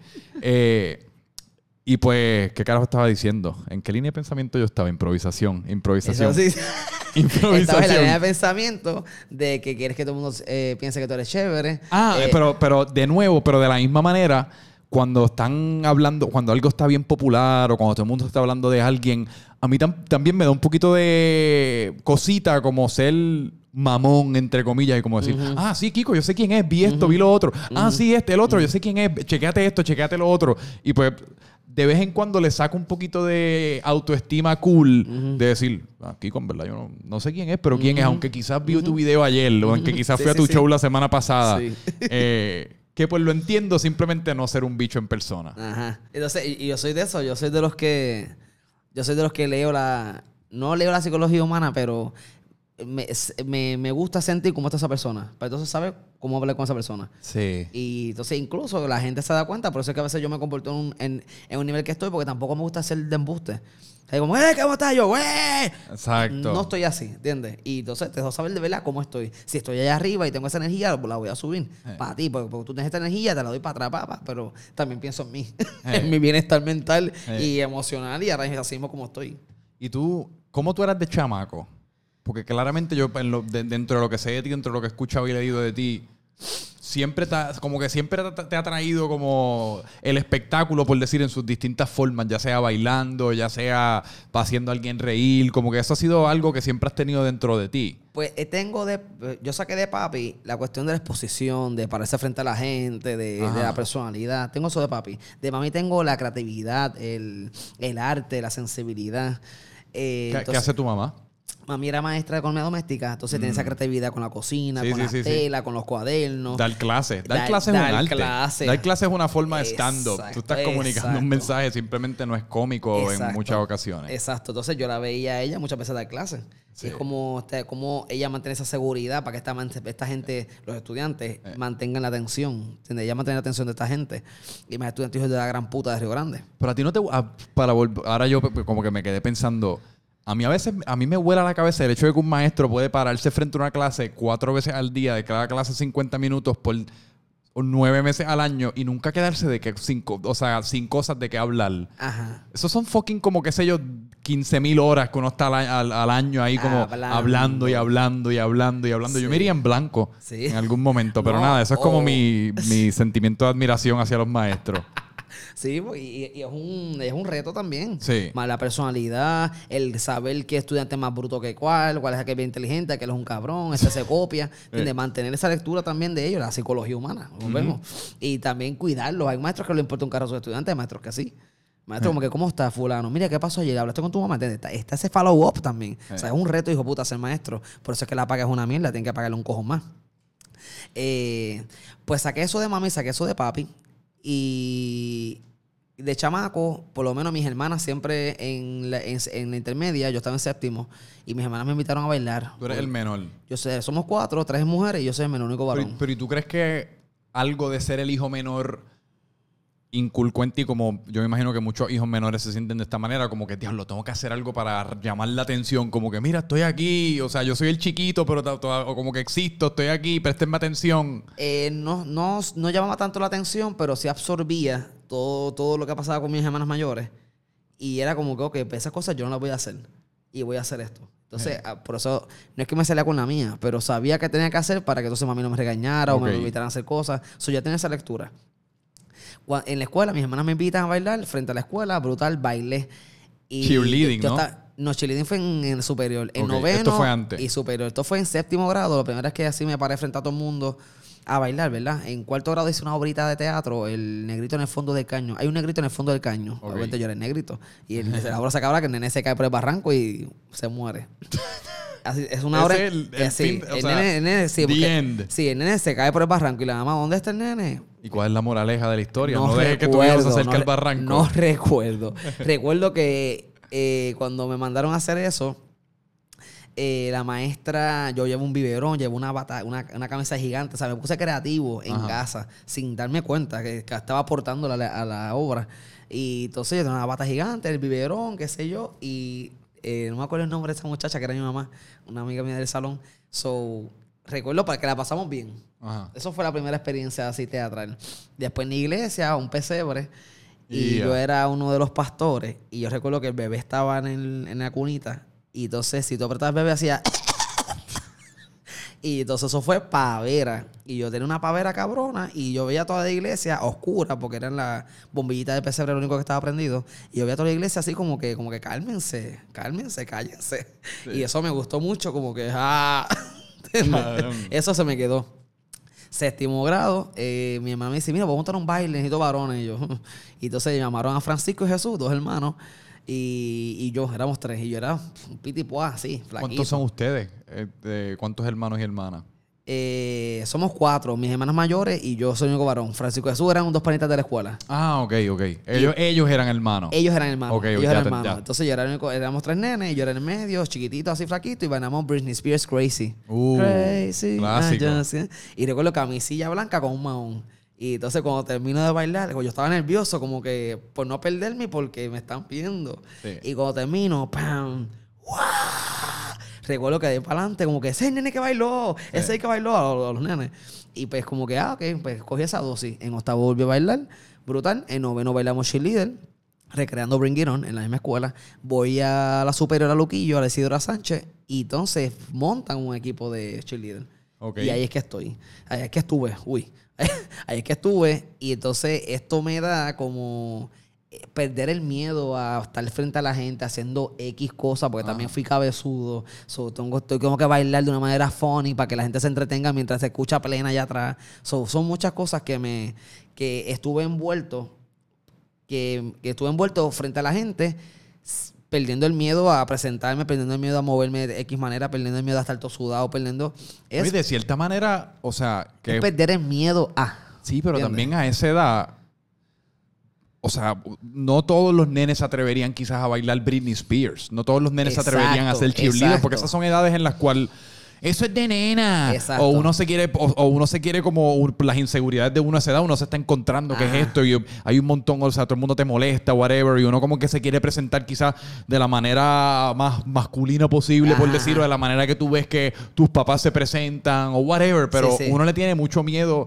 Speaker 1: Eh, y pues, ¿qué carajo estaba diciendo? ¿En qué línea de pensamiento yo estaba? Improvisación, improvisación.
Speaker 2: Eso sí.
Speaker 1: Improvisación.
Speaker 2: Estaba en la línea de pensamiento de que quieres que todo el mundo eh, piense que tú eres chévere.
Speaker 1: Ah,
Speaker 2: Eh,
Speaker 1: pero, pero de nuevo, pero de la misma manera, cuando están hablando, cuando algo está bien popular o cuando todo el mundo está hablando de alguien, a mí tam- también me da un poquito de cosita como ser mamón, entre comillas, y como decir, ah, sí, Kiko, yo sé quién es, vi esto, vi lo otro. Ah, sí, este, el otro, yo sé quién es, chequéate esto, chequéate lo otro. Y pues, de vez en cuando le saco un poquito de autoestima cool de decir, ah, Kiko, en verdad, yo no, no sé quién es, pero quién es, aunque quizás vi tu video ayer o aunque quizás
Speaker 2: Sí,
Speaker 1: fui a
Speaker 2: sí,
Speaker 1: tu
Speaker 2: sí.
Speaker 1: show la semana pasada.
Speaker 2: Sí.
Speaker 1: Eh, que pues lo entiendo, simplemente no ser un bicho en persona.
Speaker 2: Ajá. Entonces, y, y yo soy de eso, yo soy de los que, yo soy de los que leo la, no leo la psicología humana, pero me, me, me gusta sentir cómo está esa persona, para entonces saber cómo hablar con esa persona.
Speaker 1: Sí.
Speaker 2: Y entonces incluso la gente se da cuenta, por eso es que a veces yo me comporto en un, en, en un nivel que estoy, porque tampoco me gusta hacer de embuste. O sea, como, ¡eh, cómo estás yo! ¡Eh!
Speaker 1: Exacto.
Speaker 2: No estoy así, ¿entiendes? Y entonces te dejo saber de verdad cómo estoy. Si estoy allá arriba y tengo esa energía, pues la voy a subir
Speaker 1: Eh.
Speaker 2: para ti, porque, porque tú tienes esta energía, te la doy para atrás, papá. Pero también pienso en mí,
Speaker 1: Eh.
Speaker 2: en mi bienestar mental
Speaker 1: Eh.
Speaker 2: y emocional y ahora así mismo como estoy.
Speaker 1: ¿Y tú, cómo tú eras de chamaco? Porque claramente yo, en lo, de, dentro de lo que sé de ti, dentro de lo que he escuchado y leído de ti, siempre te, como que siempre te, te ha traído como el espectáculo, por decir, en sus distintas formas, ya sea bailando, ya sea haciendo a alguien reír, como que eso ha sido algo que siempre has tenido dentro de ti.
Speaker 2: Pues eh, tengo de, yo saqué de papi la cuestión de la exposición, de pararse frente a la gente, de, de la personalidad. Tengo eso de papi. De mami tengo la creatividad, el, el arte, la sensibilidad. Eh,
Speaker 1: ¿Qué,
Speaker 2: entonces,
Speaker 1: ¿Qué hace tu mamá?
Speaker 2: Mami era maestra de economía doméstica, entonces mm. tiene esa creatividad con la cocina,
Speaker 1: sí,
Speaker 2: con
Speaker 1: sí,
Speaker 2: la
Speaker 1: sí,
Speaker 2: tela,
Speaker 1: sí.
Speaker 2: con los cuadernos.
Speaker 1: Dar clases. Dar,
Speaker 2: dar
Speaker 1: clases
Speaker 2: dar
Speaker 1: es un arte.
Speaker 2: Clase.
Speaker 1: Dar clases es una forma de stand-up. Tú estás comunicando
Speaker 2: exacto.
Speaker 1: un mensaje, simplemente no es cómico exacto. en muchas ocasiones.
Speaker 2: Exacto. Entonces yo la veía a ella muchas veces dar clases. Sí. Y es como, este, como ella mantiene esa seguridad para que esta, esta gente, los estudiantes, eh. mantengan la atención. ¿Entiendes? Ella mantiene la atención de esta gente. Y más estudiantes hijos de la gran puta de Río Grande.
Speaker 1: Pero a ti no te... A, para volver, ahora yo como que me quedé pensando... A mí a veces, a mí me vuela la cabeza el hecho de que un maestro puede pararse frente a una clase cuatro veces al día, de cada clase cincuenta minutos por nueve meses al año y nunca quedarse de que cinco, o sea, sin cosas de qué hablar.
Speaker 2: Ajá.
Speaker 1: Esos son fucking como, qué sé yo, quince mil horas que uno está al, al, al año ahí como hablando. hablando y hablando y hablando y hablando. Sí. Yo me iría en blanco sí. en algún momento, pero no, nada, eso es como oh. mi, mi sentimiento de admiración hacia los maestros.
Speaker 2: Sí, y, y es, un, es un reto también.
Speaker 1: Sí.
Speaker 2: Más la personalidad, el saber qué estudiante es más bruto que cuál, cuál es el que es bien inteligente, que él es un cabrón, este se copia. De mantener esa lectura también de ellos, la psicología humana, ¿nos uh-huh. vemos? Y también cuidarlos. Hay maestros que le importa un carro a sus estudiantes, hay maestros que sí. Maestro, como que, ¿cómo está fulano? Mira, ¿qué pasó ayer? ¿Hablaste con tu mamá? Está, está ese follow-up también. Sí. O sea, es un reto, hijo puta, ser maestro. Por eso es que la paga es una mierda, tienen que pagarle un cojón más. Eh, pues saqué eso de mami, saqué eso de papi. Y de chamaco, por lo menos mis hermanas siempre en la, en, en la intermedia, yo estaba en séptimo, y mis hermanas me invitaron a bailar.
Speaker 1: Tú eres el menor.
Speaker 2: Yo sé, somos cuatro, tres mujeres, y yo soy el menor, único varón.
Speaker 1: Pero, pero ¿y tú crees que algo de ser el hijo menor inculcó en ti, como yo me imagino que muchos hijos menores se sienten de esta manera, como que, diablo, tengo que hacer algo para llamar la atención, como que, mira, estoy aquí, o sea, yo soy el chiquito, pero o como que existo, estoy aquí, préstenme atención?
Speaker 2: Eh, no, no, no llamaba tanto la atención, pero sí absorbía todo, todo lo que pasaba con mis hermanas mayores, y era como que, ok, esas cosas yo no las voy a hacer, y voy a hacer esto. Entonces, eh. por eso, no es que me salía con la mía, pero sabía que tenía que hacer para que entonces mami no me regañara okay. o me invitaran a hacer cosas. So, ya tenía esa lectura. En la escuela, mis hermanas me invitan a bailar frente a la escuela, brutal, bailé. Y
Speaker 1: cheerleading,
Speaker 2: yo, yo
Speaker 1: ¿no?
Speaker 2: Estaba, no, cheerleading fue en, en superior. En
Speaker 1: okay.
Speaker 2: noveno
Speaker 1: Esto fue antes.
Speaker 2: Y superior. Esto fue en séptimo grado. La primera vez que así me paré frente a todo el mundo a bailar, ¿verdad? En cuarto grado hice una obrita de teatro, El negrito en el fondo del caño. Hay un negrito en el fondo del caño. Okay. Obviamente yo era el negrito. Y el, la obra se acaba que el nene se cae por el barranco y se muere. Así, es una hora.
Speaker 1: El, el
Speaker 2: sí,
Speaker 1: fin,
Speaker 2: el,
Speaker 1: sea,
Speaker 2: nene, el nene, sí,
Speaker 1: the
Speaker 2: porque,
Speaker 1: end.
Speaker 2: sí, el nene se cae por el barranco y la mamá, ¿dónde está el nene?
Speaker 1: ¿Y cuál es la moraleja de la historia?
Speaker 2: No,
Speaker 1: no dejes que tu hijo se acerque no, al barranco.
Speaker 2: No recuerdo. Recuerdo que eh, cuando me mandaron a hacer eso, eh, la maestra, yo llevo un biberón, llevo una bata, una, una camisa gigante, o sea, me puse creativo en Ajá. casa, sin darme cuenta que, que estaba aportando a la, a la obra. Y entonces yo tenía una bata gigante, el biberón, qué sé yo, y eh, no me acuerdo el nombre de esa muchacha que era mi mamá, una amiga mía del salón. So, recuerdo para que la pasamos bien. Ajá. Eso fue la primera experiencia así teatral. Después en la iglesia, un pesebre, y yeah. yo era uno de los pastores, y yo recuerdo que el bebé estaba en, el, en la cunita, y entonces si tú apretabas el bebé hacía... Y entonces eso fue pavera. Y yo tenía una pavera cabrona y yo veía toda la iglesia oscura porque eran las bombillitas de pesebre lo único que estaba prendido. Y yo veía toda la iglesia así como que, como que cálmense, cálmense, cállense. Sí. Y eso me gustó mucho, como que ah, eso se me quedó. Séptimo grado, eh, mi hermana me dice, mira, vamos a montar un baile, necesito varones. Y yo, y entonces llamaron a Francisco y Jesús, dos hermanos. Y, y yo, éramos tres. Y yo era un pitipuá, así, flaquito.
Speaker 1: ¿Cuántos son ustedes? Eh, ¿Cuántos hermanos y hermanas?
Speaker 2: Eh, somos cuatro, mis hermanos mayores y yo soy el único varón. Francisco y Jesús eran dos panitas de la escuela.
Speaker 1: Ah, ok, ok. Ellos, ellos eran hermanos.
Speaker 2: Ellos eran hermanos.
Speaker 1: Okay,
Speaker 2: ellos
Speaker 1: ya
Speaker 2: eran
Speaker 1: te-
Speaker 2: hermanos.
Speaker 1: ya.
Speaker 2: Entonces yo era el único, éramos tres nenes y yo era en el medio, chiquitito, así flaquito, y bailamos Britney Spears Crazy.
Speaker 1: Uh,
Speaker 2: Crazy.
Speaker 1: clásico.
Speaker 2: I just- Y recuerdo camisilla blanca con un mahón. Y entonces cuando termino de bailar, yo estaba nervioso como que por no perderme porque me están viendo.
Speaker 1: Sí.
Speaker 2: Y cuando termino, ¡pam! ¡Guau! Recuerdo que de para adelante, como que ese nene que bailó, ese es el que bailó a los, a los nenes. Y pues como que, ah, ok, pues cogí esa dosis. En octavo volví a bailar, brutal. En noveno bailamos cheerleader, recreando Bring It On en la misma escuela. Voy a la superior a Luquillo, a la Isidora Sánchez, y entonces montan un equipo de cheerleader.
Speaker 1: Ok.
Speaker 2: Y ahí es que estoy. Ahí es que estuve, uy. Ahí es que estuve. Y entonces esto me da como perder el miedo a estar frente a la gente haciendo X cosas, porque
Speaker 1: Ah.
Speaker 2: también fui cabezudo. So, tengo, tengo, tengo que bailar de una manera funny para que la gente se entretenga mientras se escucha plena allá atrás. So, son muchas cosas que me que estuve envuelto, que, que estuve envuelto frente a la gente, s- perdiendo el miedo a presentarme, perdiendo el miedo a moverme de X manera, perdiendo el miedo a estar todo sudado, perdiendo... Es,
Speaker 1: Oye, de cierta manera, o sea, que
Speaker 2: es perder el miedo a...
Speaker 1: sí, pero
Speaker 2: ¿entiendes?
Speaker 1: también a esa edad, o sea, no todos los nenes se atreverían quizás a bailar Britney Spears. No todos los nenes
Speaker 2: Exacto,
Speaker 1: se atreverían a ser cheerleader,
Speaker 2: exacto.
Speaker 1: porque esas son edades en las cuales eso es de nena.
Speaker 2: Exacto.
Speaker 1: O uno se quiere, o, o uno se quiere como un- las inseguridades de uno a esa edad, uno se está encontrando qué
Speaker 2: Ajá.
Speaker 1: es esto, y hay un montón, o sea, todo el mundo te molesta, whatever, y uno como que se quiere presentar quizás de la manera más masculina posible, por
Speaker 2: Ajá.
Speaker 1: decirlo, de la manera que tú ves que tus papás se presentan, o whatever, pero
Speaker 2: Sí, sí.
Speaker 1: uno le tiene mucho miedo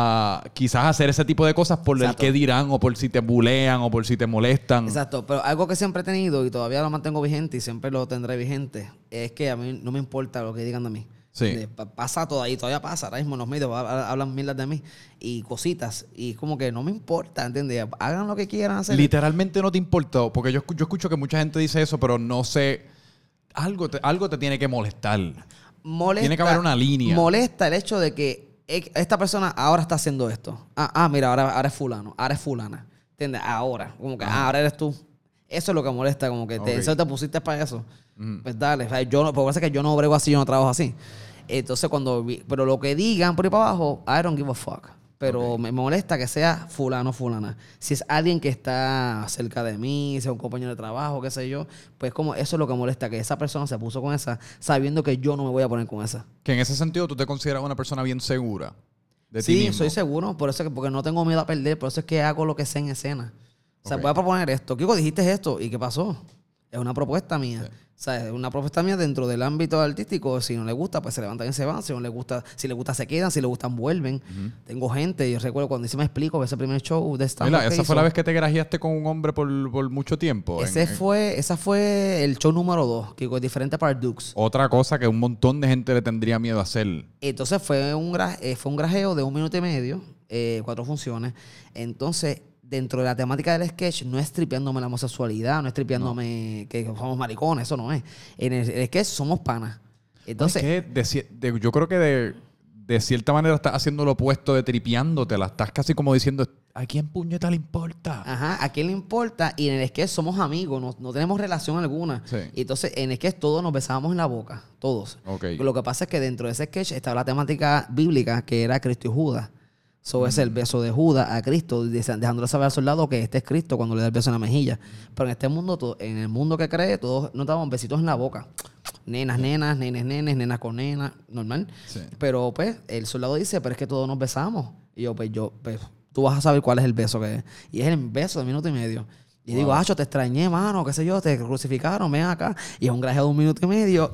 Speaker 1: a quizás hacer ese tipo de cosas por el
Speaker 2: Exacto.
Speaker 1: que dirán, o por si te bulean, o por si te molestan.
Speaker 2: Exacto, pero algo que siempre he tenido y todavía lo mantengo vigente y siempre lo tendré vigente es que a mí no me importa lo que digan de mí.
Speaker 1: Sí.
Speaker 2: De- pa- pasa todavía, todavía pasa. Ahora mismo en los medios ha- ha- hablan mierdas de mí y cositas. Y como que no me importa, ¿entiendes? Hagan lo que quieran hacer.
Speaker 1: Literalmente no te importa, porque yo, escu- yo escucho que mucha gente dice eso, pero no sé. Algo te, algo te tiene que molestar.
Speaker 2: Molesta,
Speaker 1: Tiene que haber una línea.
Speaker 2: Molesta el hecho de que e- esta persona ahora está haciendo esto. Ah, ah mira, ahora, ahora es fulano, ahora es fulana. ¿Entiendes? Ahora. Como que, ah, ahora eres tú. Eso es lo que molesta, como que te,
Speaker 1: Ok.
Speaker 2: eso te pusiste para eso.
Speaker 1: Ujú.
Speaker 2: Pues dale. O sea, yo no, porque pasa que yo no brego así, yo no trabajo así. Entonces, cuando vi- pero lo que digan por ahí para abajo, I don't give a fuck. Pero
Speaker 1: Ok.
Speaker 2: me molesta que sea fulano, fulana. Si es alguien que está cerca de mí, sea un compañero de trabajo, qué sé yo, pues como eso es lo que molesta, que esa persona se puso con esa, sabiendo que yo no me voy a poner con esa.
Speaker 1: Que en ese sentido tú te consideras una persona bien segura de ti
Speaker 2: Sí,
Speaker 1: mismo.
Speaker 2: soy seguro, por eso que, porque no tengo miedo a perder, por eso es que hago lo que sé en escena. O sea,
Speaker 1: Ok.
Speaker 2: voy a proponer esto. Kiko, dijiste esto, ¿y qué pasó? Es una propuesta mía.
Speaker 1: Sí.
Speaker 2: O sea, es una propuesta mía dentro del ámbito artístico. Si no le gusta, pues se levantan y se van. Si no le gusta, si le gusta, se quedan. Si le gustan, vuelven.
Speaker 1: Ujú.
Speaker 2: Tengo gente, yo recuerdo cuando hice Me Explico, ese primer show de stand
Speaker 1: Mira, esa fue la vez que te grajeaste con un hombre por, por mucho tiempo.
Speaker 2: Ese
Speaker 1: En- en-
Speaker 2: fue, esa fue el show número dos, Kiko, es diferente para Dukes.
Speaker 1: Otra cosa que un montón de gente le tendría miedo a hacer.
Speaker 2: Entonces fue un, gra- eh, fue un grajeo de un minuto y medio, eh, cuatro funciones. Entonces, dentro de la temática del sketch, no es tripeándome la homosexualidad, no es tripeándome que somos maricones, eso no es. En el, el sketch somos panas. Entonces,
Speaker 1: Es que de cier- de- yo creo que de, de cierta manera estás haciendo lo opuesto de tripeándotela. Estás casi como diciendo, ¿a quién puñeta le importa?
Speaker 2: ajá, ¿a quién le importa? Y en el sketch somos amigos, no, no tenemos relación alguna.
Speaker 1: Sí.
Speaker 2: Y entonces, en el sketch todos nos besábamos en la boca, todos.
Speaker 1: Ok.
Speaker 2: Lo que pasa es que dentro de ese sketch estaba la temática bíblica, que era Cristo y Judas. Eso es el beso de Judas a Cristo, dice- dejándole saber al soldado que este es Cristo cuando le da el beso en la mejilla. Pero en este mundo, to- en el mundo que cree, todos nos daban besitos en la boca. Nenas, nenas, nenes, nenes, nenas con nenas, normal.
Speaker 1: Sí.
Speaker 2: Pero pues, el soldado dice, pero es que todos nos besamos. Y yo, pues yo, pues, tú vas a saber cuál es el beso que es. Y es el beso de minuto y medio. Y
Speaker 1: Wow.
Speaker 2: digo, Acho, te extrañé, mano, qué sé yo, te crucificaron, ven acá. Y es un grajeo de un minuto y medio.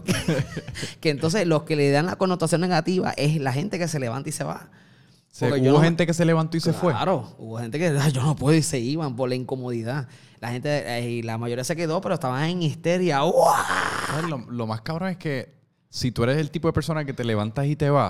Speaker 2: Que entonces los que le dan la connotación negativa es la gente que se levanta y se va.
Speaker 1: Se-
Speaker 2: Porque
Speaker 1: hubo
Speaker 2: yo no-
Speaker 1: gente que se levantó y se fue.
Speaker 2: Claro, hubo gente que "Ay, yo no puedo y se iban por la incomodidad. La gente, eh, y la mayoría se quedó, pero estaban en histeria. ¡Uah!
Speaker 1: ¿Sabes? Lo, lo más cabrón es que si tú eres el tipo de persona que te levantas y te vas,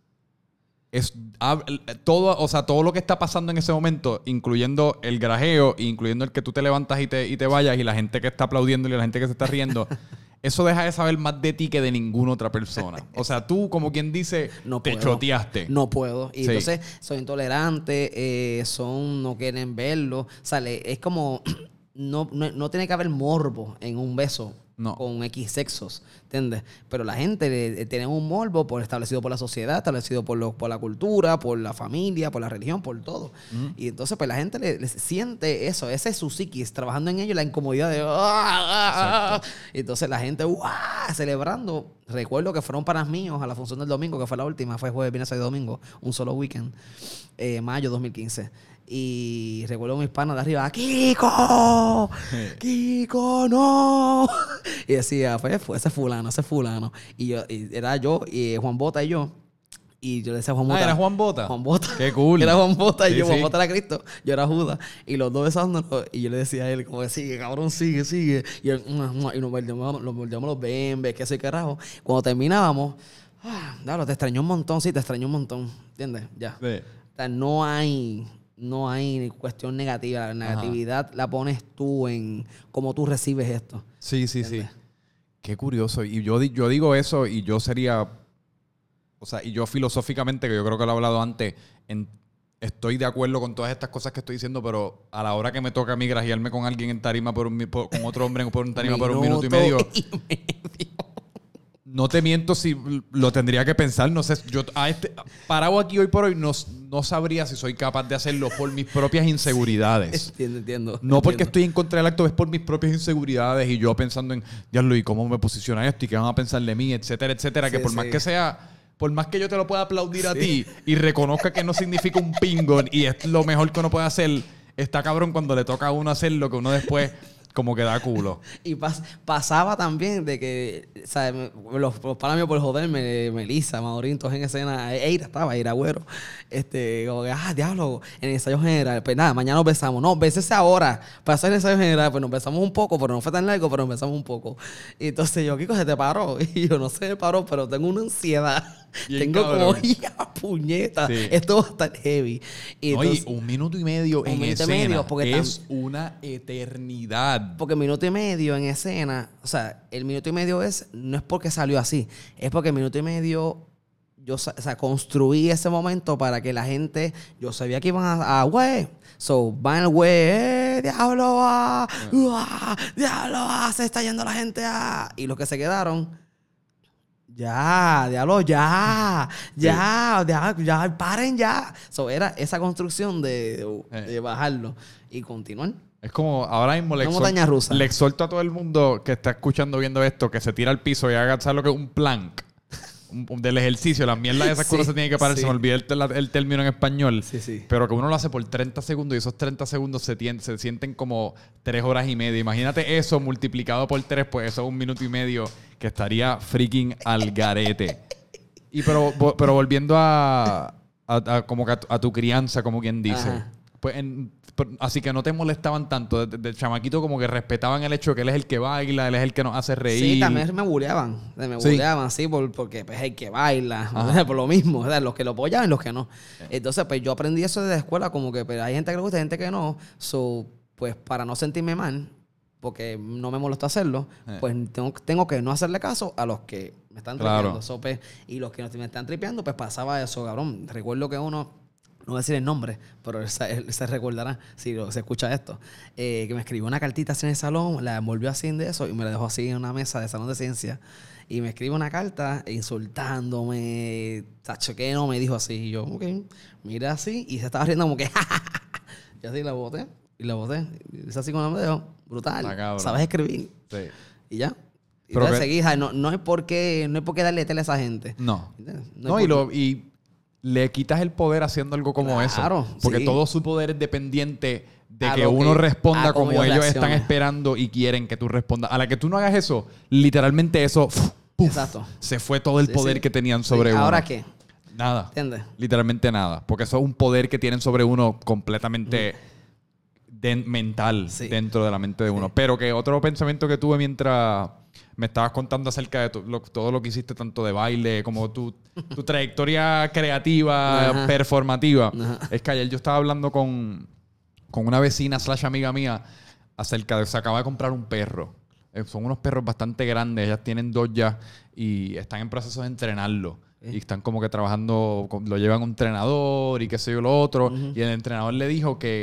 Speaker 1: es hab- todo, o sea, todo lo que está pasando en ese momento, incluyendo el grajeo, incluyendo el que tú te levantas y te, y te vayas, y la gente que está aplaudiendo y la gente que se está riendo, eso deja de saber más de ti que de ninguna otra persona. O sea, tú, como quien dice,
Speaker 2: No
Speaker 1: te
Speaker 2: puedo.
Speaker 1: choteaste.
Speaker 2: No puedo. Y
Speaker 1: Sí.
Speaker 2: entonces son intolerantes, eh, son, no quieren verlo. O sea, le- es como, no, no, no tiene que haber morbo en un beso.
Speaker 1: No.
Speaker 2: con X sexos, ¿entiendes? Pero la gente eh, tiene un morbo por establecido por la sociedad, establecido por, lo, por la cultura, por la familia, por la religión, por todo. Uh-huh. Y entonces pues la gente le, le siente eso, ese es su psiquis, trabajando en ello, la incomodidad de... ¡Ah! Y entonces la gente ¡uah! Celebrando. Recuerdo que fueron panas míos a la función del domingo, que fue la última, fue jueves, viernes, sábado y domingo, un solo weekend, eh, mayo dos mil quince. Y recuerdo a mis panas de arriba, ¡Kiko! ¡Kiko, no! Y decía, fue, fue ese fulano, ese fulano. Y, yo, y era yo, y Juan Bota y yo. Y yo le decía a Juan Bota.
Speaker 1: Ah, ¿era Juan Bota?
Speaker 2: Juan Bota.
Speaker 1: ¡Qué cool!
Speaker 2: Era Juan Bota y
Speaker 1: sí,
Speaker 2: yo,
Speaker 1: sí.
Speaker 2: Juan Bota era Cristo. Yo era Judas. Y los dos besándonos. Y yo le decía a él, como que sigue, cabrón, sigue, sigue. Y, él, y nos mordíamos los, los bembes, qué sé qué rajo. Cuando terminábamos, ah, claro, te extrañó un montón, sí, te extrañó un montón. ¿Entiendes? Ya. Sí. O sea, no hay... No hay cuestión negativa. La negatividad Ajá. la pones tú en cómo tú recibes esto.
Speaker 1: Sí, sí, ¿entiendes? Sí. Qué curioso. Y yo, yo digo eso y yo sería... O sea, y yo filosóficamente, que yo creo que lo he hablado antes, en, estoy de acuerdo con todas estas cosas que estoy diciendo, pero a la hora que me toca a mí grajearme con alguien en tarima por un, por, con otro hombre por un tarima por un minuto y medio... Y medio. No te miento si lo tendría que pensar. No sé, yo a este, parado aquí hoy por hoy no, no sabría si soy capaz de hacerlo por mis propias inseguridades.
Speaker 2: Entiendo, entiendo.
Speaker 1: No porque
Speaker 2: entiendo.
Speaker 1: estoy en contra del acto, es por mis propias inseguridades y yo pensando en, diablo, ¿y cómo me posiciona esto? ¿Y qué van a pensar de mí? Etcétera, etcétera. Sí, que por sí. más que sea, por más que yo te lo pueda aplaudir sí. a ti y reconozca que no significa un pingo y es lo mejor que uno puede hacer, está cabrón cuando le toca a uno hacer lo que uno después... Como que da culo.
Speaker 2: Y pas, pasaba también de que, ¿sabes? Los, los panas míos por joderme, Melissa, Madorín, todos en escena, Eira estaba, Eira Güero. Este, como que, ah, diablo, en el ensayo general. Pues nada, mañana nos besamos. No, bésese ahora. Para hacer el ensayo general, pues nos besamos un poco, pero no fue tan largo, pero nos besamos un poco. Y entonces yo, Kiko, ¿se te paró? Y yo, no se me paró, pero tengo una ansiedad. Bien tengo cabrón. Como, ya, puñeta. Sí. Esto va a estar heavy. Y
Speaker 1: no,
Speaker 2: entonces,
Speaker 1: y un minuto y medio en
Speaker 2: minuto
Speaker 1: escena
Speaker 2: y medio porque
Speaker 1: es tan, una eternidad.
Speaker 2: Porque minuto y medio en escena, o sea, el minuto y medio es, no es porque salió así, es porque el minuto y medio yo, o sea, construí ese momento para que la gente, yo sabía que iban a, a güey, so, van el güey, eh, diablo, ah, uh, diablo, ah, se está yendo la gente, ah, y los que se quedaron, ya, diablo, ya, ya, sí. ya, ya, paren ya. So, era esa construcción de, de, de bajarlo y continuar.
Speaker 1: Es como, ahora mismo le,
Speaker 2: no exhorto,
Speaker 1: le exhorto a todo el mundo que está escuchando, viendo esto, que se tira al piso y haga, ¿sabes lo que es un plank? Un, un, del ejercicio, las mierdas de esas sí, cosas se tienen que parar, sí. Se me olvidó el, el término en español,
Speaker 2: sí, sí.
Speaker 1: Pero que uno lo hace por treinta segundos y esos treinta segundos se, tienen, se sienten como tres horas y media. Imagínate eso multiplicado por tres, pues eso es un minuto y medio que estaría freaking al garete. Y pero, pero volviendo a, a, a como que a, a tu crianza, como quien dice. Ajá. Pues en, así que no te molestaban tanto. Del de, de chamaquito como que respetaban el hecho de que él es el que baila, él es el que nos hace reír.
Speaker 2: Sí, también me buleaban. Me sí. buleaban, sí, por, porque pues, es el que baila. Por lo mismo. O sea, los que lo apoyaban y los que no. Entonces, pues yo aprendí eso desde la escuela, como que pues, hay gente que le gusta y gente que no. So, pues para no sentirme mal, porque no me molesta hacerlo, eh. pues tengo, tengo que no hacerle caso a los que me están tripeando. Claro. So, pues, y los que no me están tripeando, pues pasaba eso, cabrón. Recuerdo que uno... No voy a decir el nombre, pero él, él se recordará si lo, se escucha esto. Eh, que me escribió una cartita así en el salón, la envolvió así de eso y me la dejó así en una mesa de salón de ciencia. Y me escribe una carta insultándome, tacho, que no me dijo así. Y yo, ok, mira así. Y se estaba riendo como que, yo así la boté y la boté. Y es así como me dejó, brutal. Sabes escribir. Sí. Y ya. Y pero entonces que... seguí, no, no es porque no es porque darle tele a esa gente.
Speaker 1: No. No, no y lo... Y... le quitas el poder haciendo algo como
Speaker 2: claro,
Speaker 1: eso. Porque
Speaker 2: sí.
Speaker 1: todo su poder es dependiente de
Speaker 2: a
Speaker 1: que uno
Speaker 2: que,
Speaker 1: responda como ellos, ellos
Speaker 2: están
Speaker 1: esperando y quieren que tú respondas. A la que tú no hagas eso, literalmente eso ¡puf!
Speaker 2: Exacto.
Speaker 1: Se fue todo el poder sí, sí. que tenían sobre sí. uno.
Speaker 2: ¿Ahora qué?
Speaker 1: Nada.
Speaker 2: ¿Entiendes?
Speaker 1: Literalmente nada. Porque eso es un poder que tienen sobre uno completamente mm. de, mental sí. dentro de la mente de uno. Sí. Pero que otro pensamiento que tuve mientras... me estabas contando acerca de tu, lo, todo lo que hiciste, tanto de baile como tu, tu trayectoria creativa, Ajá. performativa. Ajá. Es que ayer yo estaba hablando con, con una vecina slash amiga mía acerca de... Se acaba de comprar un perro. Eh, son unos perros bastante grandes. Ellas tienen dos ya y están en proceso de entrenarlo. ¿Eh? Y están como que trabajando... Lo llevan a un entrenador y qué sé yo lo otro. Uh-huh. Y el entrenador le dijo que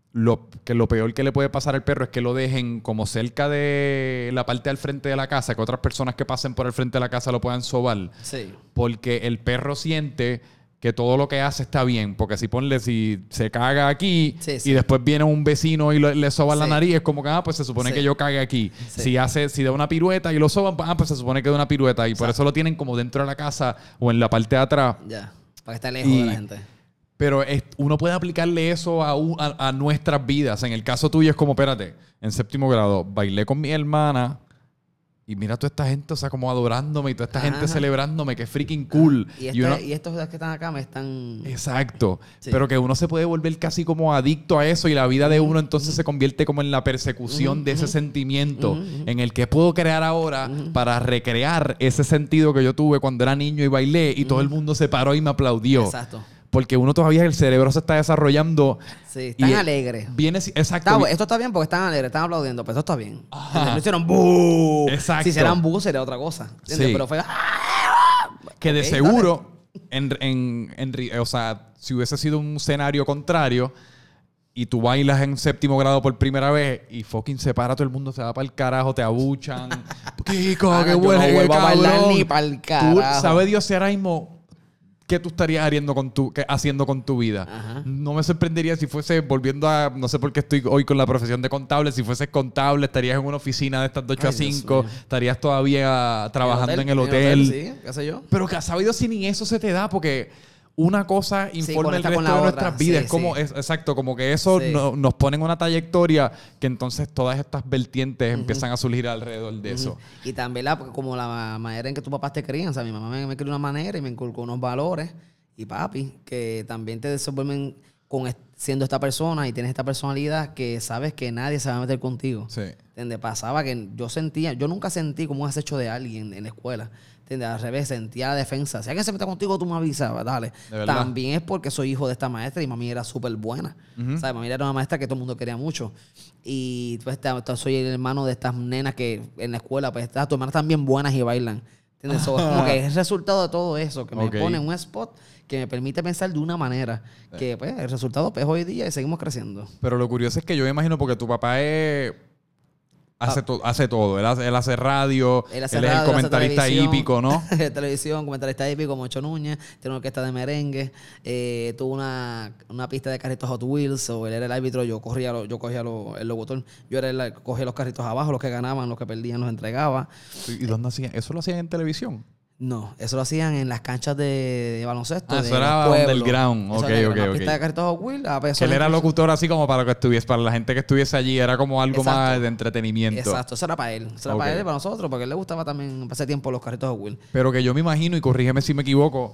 Speaker 1: lo, que lo peor que le puede pasar al perro es que lo dejen como cerca de la parte del frente de la casa, que otras personas que pasen por el frente de la casa lo puedan sobar.
Speaker 2: Sí.
Speaker 1: Porque el perro siente que todo lo que hace está bien. Porque si ponle, si se caga aquí
Speaker 2: sí, sí.
Speaker 1: y después viene un vecino y lo, le soba sí. la nariz, es como que, ah, pues se supone sí. que yo cague aquí. Sí. Si hace, si da una pirueta y lo soban, ah, pues se supone que da una pirueta. Y o sea, por eso lo tienen como dentro de la casa o en la parte de atrás.
Speaker 2: Ya, para que esté lejos
Speaker 1: y,
Speaker 2: de la gente.
Speaker 1: Pero es, uno puede aplicarle eso a, a, a nuestras vidas. En el caso tuyo es como, espérate, en séptimo grado bailé con mi hermana y mira toda esta gente, o sea, como adorándome y toda esta Ajá. gente celebrándome, que freaking cool.
Speaker 2: Y, esta,
Speaker 1: y, uno,
Speaker 2: y estos que están acá me están...
Speaker 1: Exacto. Sí. Pero que uno se puede volver casi como adicto a eso y la vida de uno entonces uh-huh. se convierte como en la persecución uh-huh. de ese uh-huh. sentimiento uh-huh. en el que puedo crear ahora uh-huh. para recrear ese sentido que yo tuve cuando era niño y bailé y uh-huh. todo el mundo se paró y me aplaudió.
Speaker 2: Exacto.
Speaker 1: Porque uno todavía, el cerebro se está desarrollando.
Speaker 2: Sí, están alegres.
Speaker 1: Viene, exacto.
Speaker 2: Está, esto está bien porque están alegres, están aplaudiendo, pero esto está bien. No hicieron ¡bú!
Speaker 1: Exacto.
Speaker 2: Si hicieran ¡bú! Sería otra cosa. Sí. Pero fue...
Speaker 1: Que de okay, seguro, en, en, en, o sea, si hubiese sido un escenario contrario y tú bailas en séptimo grado por primera vez y fucking se para todo el mundo, se va para el carajo, te abuchan. Kiko,
Speaker 2: ah,
Speaker 1: qué bueno,
Speaker 2: no vuelvo a bailar ni para el carajo.
Speaker 1: Tú, ¿sabe Dios si ahora mismo... ¿Qué tú estarías haciendo con tu, qué, haciendo con tu vida? Ajá. No me sorprendería si fuese, volviendo a... No sé por qué estoy hoy con la profesión de contable. Si fueses contable, estarías en una oficina de estas de ocho Ay, a cinco. Estarías todavía trabajando en el hotel. En el hotel,
Speaker 2: sí, qué sé yo.
Speaker 1: Pero que has sabido si ni eso se te da porque... Una cosa informa sí, el resto de otra. Nuestras vidas. Sí, es como, sí. es, exacto, como que eso sí. no, nos pone en una trayectoria que entonces todas estas vertientes uh-huh. empiezan a surgir alrededor de uh-huh. eso.
Speaker 2: Y también la, como la manera en que tus papás te crían. O sea, mi mamá me, me crió de una manera y me inculcó unos valores. Y papi, que también te desenvuelven con siendo esta persona y tienes esta personalidad que sabes que nadie se va a meter contigo.
Speaker 1: Sí.
Speaker 2: ¿Entiendes? Pasaba que yo sentía, yo nunca sentí como un acecho de alguien en la escuela. ¿Entiendes? Al revés, sentía la defensa. Si alguien se mete contigo, tú me avisas, dale. También es porque soy hijo de esta maestra y mami era súper buena. Uh-huh. ¿Sabes? Mami era una maestra que todo el mundo quería mucho. Y pues soy el hermano de estas nenas que en la escuela, pues tus hermanas están bien buenas y bailan. ¿Entiendes? So, como que es el resultado de todo eso, que me okay. pone en un spot que me permite pensar de una manera que pues el resultado pues hoy día y seguimos creciendo.
Speaker 1: Pero lo curioso es que yo me imagino porque tu papá es... Hace, to- hace todo. Él hace, él hace radio. Él, hace él radio, es el comentarista hípico, ¿no?
Speaker 2: televisión, comentarista hípico, Mocho Núñez. Tiene una orquesta de merengue. Eh, tuvo una, una pista de carritos Hot Wheels. O él era el árbitro. Yo corría, lo, yo cogía lo, el locutor. Yo era el, cogía los carritos abajo. Los que ganaban, los que perdían, los entregaba.
Speaker 1: ¿Y dónde hacían? ¿Eso lo hacían en televisión?
Speaker 2: No, eso lo hacían en las canchas de, de baloncesto.
Speaker 1: Ah,
Speaker 2: de
Speaker 1: eso era underground. Ok, ok, ok.
Speaker 2: Pista de carritos Hot Wheels. A
Speaker 1: que él era locutor así como para lo que estuviese, para la gente que estuviese allí. Era como algo Exacto. más de entretenimiento.
Speaker 2: Exacto, eso era para él. Eso era okay. para él y para nosotros, porque a él le gustaba también pasar tiempo los carritos Hot Wheels.
Speaker 1: Pero que yo me imagino, y corrígeme si me equivoco,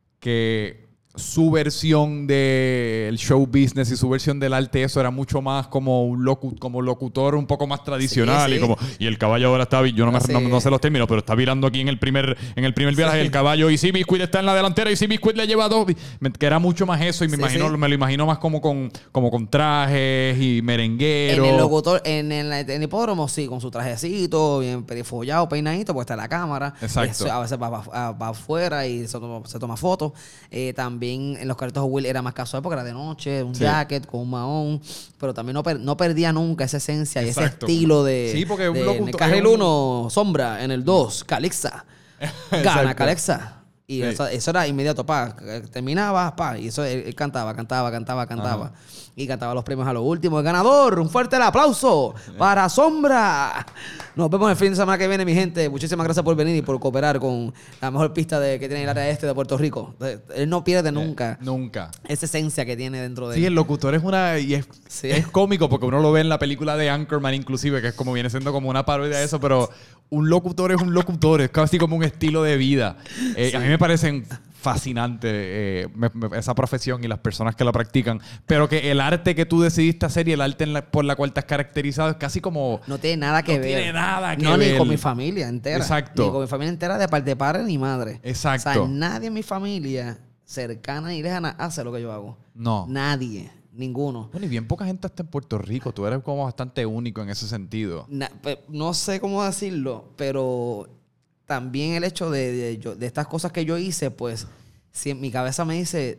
Speaker 1: que su versión del show business y su versión del arte, eso era mucho más como un locu- como locutor un poco más tradicional. Sí, sí. Y como y el caballo ahora está, yo no, me, sí. no, no sé los términos, pero está virando aquí en el primer en el primer viaje sí. el caballo y si Biscuit está en la delantera y si Biscuit le lleva dos, que era mucho más eso y me sí, imagino sí. me lo imagino más como con como con trajes y merenguero.
Speaker 2: En el locutor, en el, en el hipódromo sí, con su trajecito, bien perifollado, peinadito, pues está la cámara.
Speaker 1: Exacto.
Speaker 2: Eso, a veces va, va, va afuera y se toma, se toma fotos. Eh, también en los carritos Hot Wheels era más casual porque era de noche, un sí. jacket con un mahón, pero también no, per, no perdía nunca esa esencia y ese estilo de...
Speaker 1: Sí, porque
Speaker 2: de,
Speaker 1: un locutor,
Speaker 2: en el carril uno, un... Sombra, en el dos, Calixa. Gana Calixa. Y sí. eso, eso era inmediato, pa, terminaba, pa, y eso él, él cantaba, cantaba, cantaba, cantaba. Ajá. Y cantaba los premios a lo último. El ganador, un fuerte el aplauso para Sombra. Nos vemos el fin de semana que viene, mi gente. Muchísimas gracias por venir y por cooperar con la mejor pista de, que tiene el área este de Puerto Rico. Él no pierde nunca.
Speaker 1: Eh, nunca.
Speaker 2: Esa esencia que tiene dentro de
Speaker 1: sí,
Speaker 2: él.
Speaker 1: Sí, el locutor es una... Y es, sí. es cómico porque uno lo ve en la película de Anchorman inclusive, que es como viene siendo como una parodia de eso, pero un locutor es un locutor. Es casi como un estilo de vida. Eh, sí. A mí me parecen... fascinante eh, me, me, esa profesión y las personas que la practican, pero que el arte que tú decidiste hacer y el arte en la, por la cual te has caracterizado es casi como...
Speaker 2: No tiene nada que
Speaker 1: no
Speaker 2: ver.
Speaker 1: No tiene nada que
Speaker 2: no,
Speaker 1: ver.
Speaker 2: No, ni con mi familia entera.
Speaker 1: Exacto.
Speaker 2: Ni con mi familia entera de parte de padre ni madre.
Speaker 1: Exacto.
Speaker 2: O sea, nadie en mi familia cercana y lejana hace lo que yo hago.
Speaker 1: No.
Speaker 2: Nadie. Ninguno.
Speaker 1: Bueno, y bien poca gente está en Puerto Rico. Tú eres como bastante único en ese sentido.
Speaker 2: Na, no sé cómo decirlo, pero... También el hecho de, de, de estas cosas que yo hice, pues, si en mi cabeza me dice,